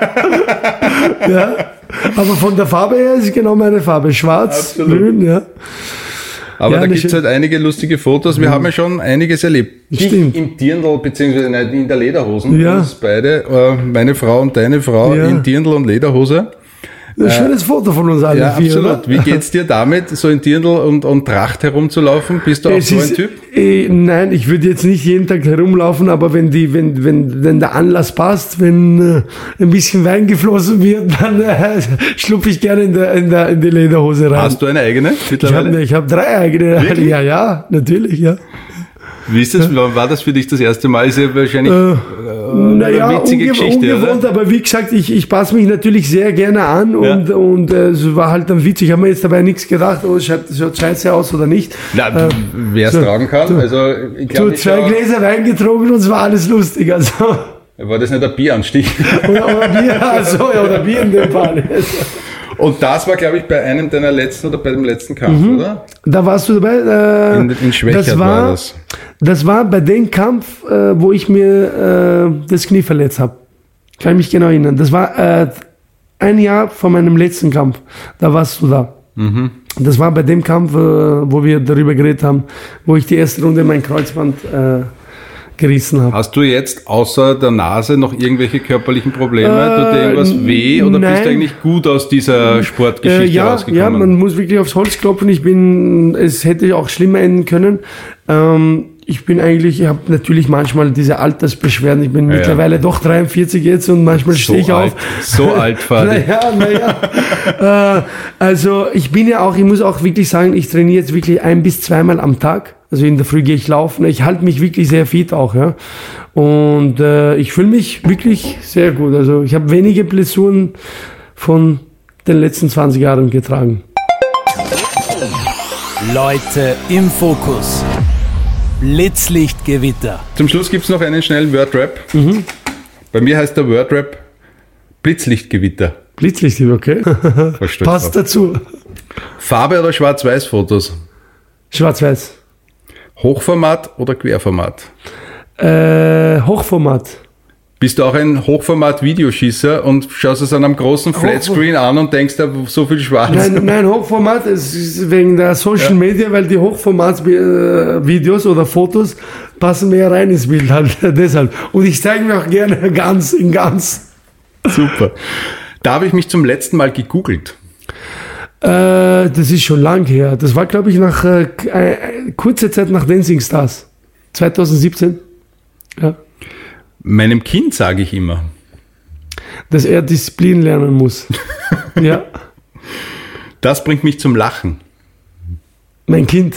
Ja, aber von der Farbe her ist es genau meine Farbe. Schwarz, Absolut. Grün, ja. Aber ja, da gibt es halt einige lustige Fotos. Wir mhm. haben ja schon einiges erlebt. Stimmt. Im Dirndl, beziehungsweise in der Lederhosen. Ja. Uns beide, meine Frau und deine Frau ja. in Dirndl und Lederhose. Ein schönes äh, Foto von uns allen ja, vier, absolut. Oder? Wie geht's dir damit, so in Dirndl und, und Tracht herumzulaufen? Bist du auch es so ist, ein Typ? Äh, nein, ich würde jetzt nicht jeden Tag herumlaufen, aber wenn die, wenn, wenn, wenn der Anlass passt, wenn äh, ein bisschen Wein geflossen wird, dann äh, schlupfe ich gerne in, der, in, der, in die Lederhose rein. Hast du eine eigene mittlerweile? Ich habe hab drei eigene. Wirklich? Ja, ja, natürlich, ja. Wie ist das? War das für dich das erste Mal? Ist ja wahrscheinlich äh, äh, naja, eine witzige unge- Geschichte, ungewohnt, oder? Aber wie gesagt, ich, ich passe mich natürlich sehr gerne an und, ja. und äh, es war halt dann witzig. Ich habe mir jetzt dabei nichts gedacht, oh, es schaut, schaut scheiße aus oder nicht. Na, äh, wer es so, tragen kann. So, also, ich glaub, so zwei war, Gläser Wein getrunken und es war alles lustig. Also. War das nicht ein Bieranstich? Oder, oder Bier, also, ja, oder Bier in dem Fall. Und das war, glaube ich, bei einem deiner letzten oder bei dem letzten Kampf, mhm. oder? Da warst du dabei. Äh, in in Schwächert das war, war das. Das war bei dem Kampf, äh, wo ich mir äh, das Knie verletzt habe. Kann ich mich genau erinnern. Das war äh, ein Jahr vor meinem letzten Kampf. Da warst du da. Mhm. Das war bei dem Kampf, äh, wo wir darüber geredet haben, wo ich die erste Runde mein Kreuzband äh, gerissen habe. Hast du jetzt außer der Nase noch irgendwelche körperlichen Probleme? Äh, Tut dir irgendwas weh oder nein. bist du eigentlich gut aus dieser Sportgeschichte äh, ja, rausgekommen? Ja, man muss wirklich aufs Holz klopfen. Ich bin, es hätte auch schlimmer enden können. Ähm, ich bin eigentlich, ich habe natürlich manchmal diese Altersbeschwerden. Ich bin Ja, mittlerweile doch dreiundvierzig jetzt und manchmal So stehe ich alt, auf. so alt, Fadi. Naja, naja. äh, also ich bin ja auch, ich muss auch wirklich sagen, ich trainiere jetzt wirklich ein bis zweimal am Tag. Also in der Früh gehe ich laufen. Ich halte mich wirklich sehr fit auch, ja. Und äh, ich fühle mich wirklich sehr gut. Also ich habe wenige Blessuren von den letzten zwanzig Jahren getragen. Leute im Fokus. Blitzlichtgewitter. Zum Schluss gibt es noch einen schnellen Wordrap. Mhm. Bei mir heißt der Wordrap Blitzlichtgewitter. Blitzlicht, okay. Passt dazu. Farbe oder Schwarz-Weiß-Fotos? Schwarz-Weiß. Hochformat oder Querformat? Äh, Hochformat. Bist du auch ein Hochformat-Videoschießer und schaust es an einem großen Flatscreen an und denkst da so viel Schwarz? Nein, nein, Hochformat ist ist wegen der Social ja. Media, weil die Hochformat-Videos oder Fotos passen mehr rein ins Bild halt, deshalb. Und ich zeige mir auch gerne ganz, in ganz. Super. Da habe ich mich zum letzten Mal gegoogelt. Äh, das ist schon lang her. Das war, glaube ich, nach äh, äh, kurzer Zeit nach Dancing Stars. zwanzig siebzehn. Ja. Meinem Kind sage ich immer, dass er Disziplin lernen muss. Ja. Das bringt mich zum Lachen. Mein Kind.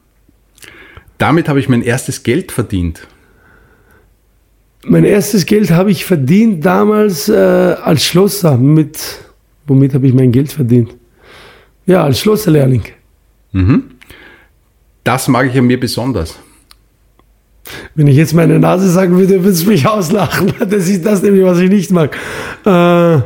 Damit habe ich mein erstes Geld verdient. Mein erstes Geld habe ich verdient damals äh, als Schlosser. Mit, womit habe ich mein Geld verdient? Ja, als Schlosserlehrling. Mhm. Das mag ich an mir besonders. Wenn ich jetzt meine Nase sagen würde, würde es mich auslachen. Das ist das nämlich, was ich nicht mag. Äh,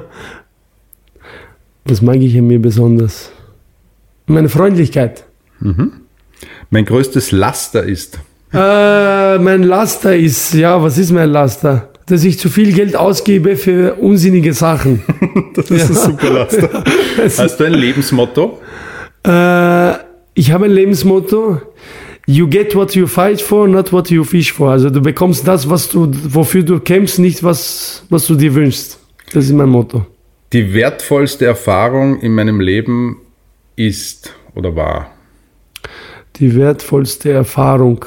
was mag ich an mir besonders? Meine Freundlichkeit. Mhm. Mein größtes Laster ist? Äh, mein Laster ist, ja, was ist mein Laster? Dass ich zu viel Geld ausgebe für unsinnige Sachen. Das ist ja. ein super Laster. Hast du ein Lebensmotto? Äh, ich habe ein Lebensmotto. You get what you fight for, not what you fish for. Also du bekommst das, was du, wofür du kämpfst, nicht was, was du dir wünschst. Das ist mein Motto. Die wertvollste Erfahrung in meinem Leben ist oder war? Die wertvollste Erfahrung.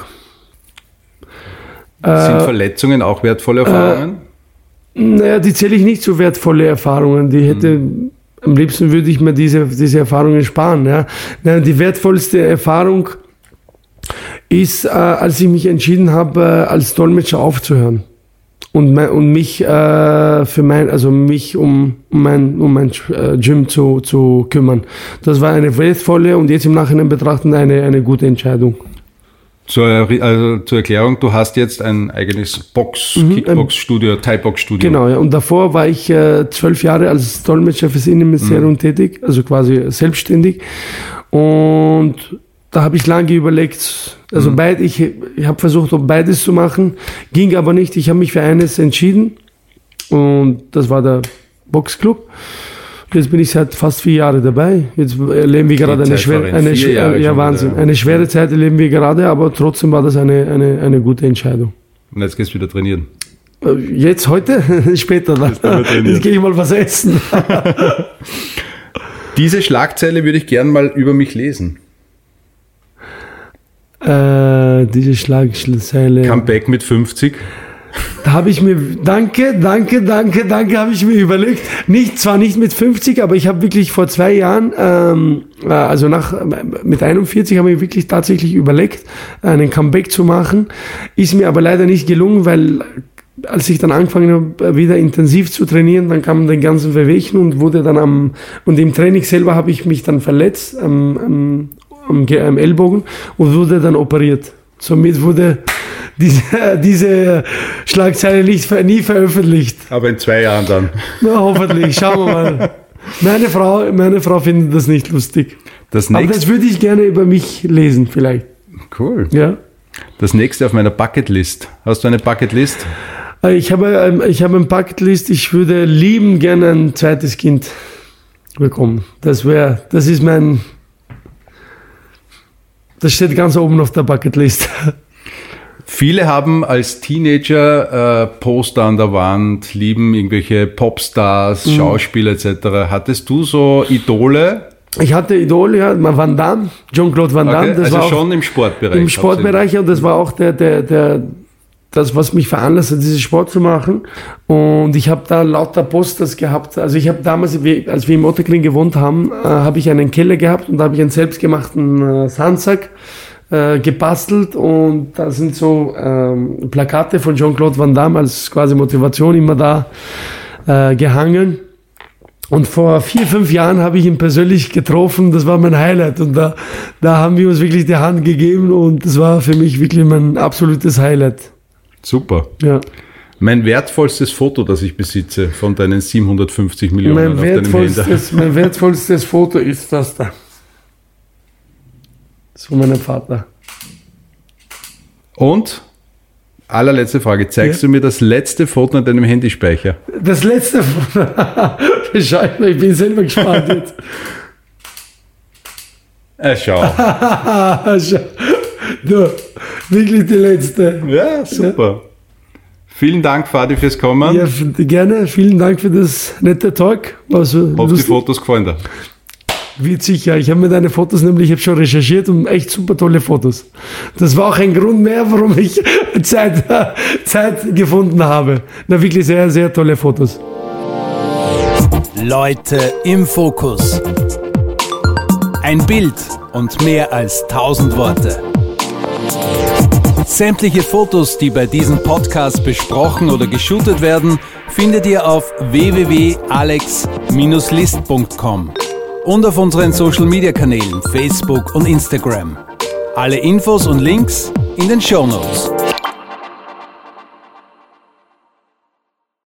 Sind äh, Verletzungen auch wertvolle Erfahrungen? Äh, naja, die zähle ich nicht zu wertvolle Erfahrungen. Die hätte, hm. am liebsten würde ich mir diese, diese Erfahrungen sparen. Ja. Naja, die wertvollste Erfahrung ist, äh, als ich mich entschieden habe, äh, als Dolmetscher aufzuhören und, mein, und mich äh, für mein, also mich um, um mein, um mein äh, Gym zu, zu kümmern. Das war eine wertvolle und jetzt im Nachhinein betrachten eine, eine gute Entscheidung. Zur, also zur Erklärung, du hast jetzt ein eigenes Box, mhm, Kickbox-Studio, Thai-Box-Studio. Genau, ja. Und davor war ich äh, zwölf Jahre als Dolmetscher fürs Innenministerium mhm. tätig, also quasi selbstständig. Und da habe ich lange überlegt, also mhm. beid, ich, ich habe versucht, beides zu machen, ging aber nicht. Ich habe mich für eines entschieden und das war der Boxclub. Jetzt bin ich seit fast vier Jahren dabei. Jetzt erleben wir gerade eine schwere, eine, eine, ja, Wahnsinn. Eine schwere Zeit erleben wir gerade, aber trotzdem war das eine, eine, eine gute Entscheidung. Und jetzt gehst du wieder trainieren? Jetzt, heute? Später dann. Jetzt gehe ich mal was essen. Diese Schlagzeile würde ich gern mal über mich lesen. Äh, diese Schlagzeile. Comeback mit fünfzig. Da habe ich mir, danke, danke, danke, danke, habe ich mir überlegt. Nicht, zwar nicht mit fünfzig, aber ich habe wirklich vor zwei Jahren, ähm, also nach, mit einundvierzig habe ich wirklich tatsächlich überlegt, einen Comeback zu machen. Ist mir aber leider nicht gelungen, weil als ich dann angefangen habe, wieder intensiv zu trainieren, dann kamen die ganzen Wehwehchen und wurde dann am, und im Training selber habe ich mich dann verletzt am, am, am, am Ellbogen und wurde dann operiert. Somit wurde diese, diese Schlagzeile nicht, nie veröffentlicht. Aber in zwei Jahren dann. Na, hoffentlich, schauen wir mal. Meine Frau, meine Frau findet das nicht lustig. Das Aber das würde ich gerne über mich lesen, vielleicht. Cool. Ja. Das nächste auf meiner Bucketlist. Hast du eine Bucketlist? Ich habe, ich habe eine Bucketlist. Ich würde lieben gerne ein zweites Kind bekommen. Das wäre, das ist mein, das steht ganz oben auf der Bucketlist. Viele haben als Teenager äh, Poster an der Wand, lieben irgendwelche Popstars, mhm. Schauspieler et cetera. Hattest du so Idole Ich hatte Idole, ja, Van Damme, Jean-Claude Van Damme. Okay, das also war auch schon im Sportbereich. Im Sportbereich, und das war auch der, der, der, das, was mich veranlasst hat, diesen Sport zu machen. Und ich habe da lauter Posters gehabt. Also ich habe damals, als wir im Ottakring gewohnt haben, äh, habe ich einen Keller gehabt und da habe ich einen selbstgemachten äh, Sandsack äh, gebastelt, und da sind so ähm, Plakate von Jean-Claude Van Damme als quasi Motivation immer da äh, gehangen. Und vor vier, fünf Jahren habe ich ihn persönlich getroffen. Das war mein Highlight. Und da, da haben wir uns wirklich die Hand gegeben, und das war für mich wirklich mein absolutes Highlight. Super. Ja. Mein wertvollstes Foto, das ich besitze, von deinen siebenhundertfünfzig Millionen mein auf deinem wertvollstes, mein wertvollstes Foto ist das da. Das ist von meinem Vater. Und? Allerletzte Frage. Zeigst ja. du mir das letzte Foto an deinem Handyspeicher? Das letzte Foto? Schau mal, ich bin selber gespannt jetzt. Äh, schau. schau. Du, wirklich die letzte. Ja, super. Ja. Vielen Dank, Fadi, fürs Kommen. Ja, gerne. Vielen Dank für das nette Talk. War so Ob die Fotos gefallen dir? Wird sicher. Ich habe mir deine Fotos nämlich, ich habe schon recherchiert, und echt super tolle Fotos. Das war auch ein Grund mehr, warum ich Zeit, Zeit gefunden habe. Na, wirklich sehr, sehr tolle Fotos. Leute im Fokus. Ein Bild und mehr als tausend Worte. Sämtliche Fotos, die bei diesem Podcast besprochen oder geshootet werden, findet ihr auf w w w punkt alex Bindestrich list punkt com und auf unseren Social-Media-Kanälen Facebook und Instagram. Alle Infos und Links in den Shownotes.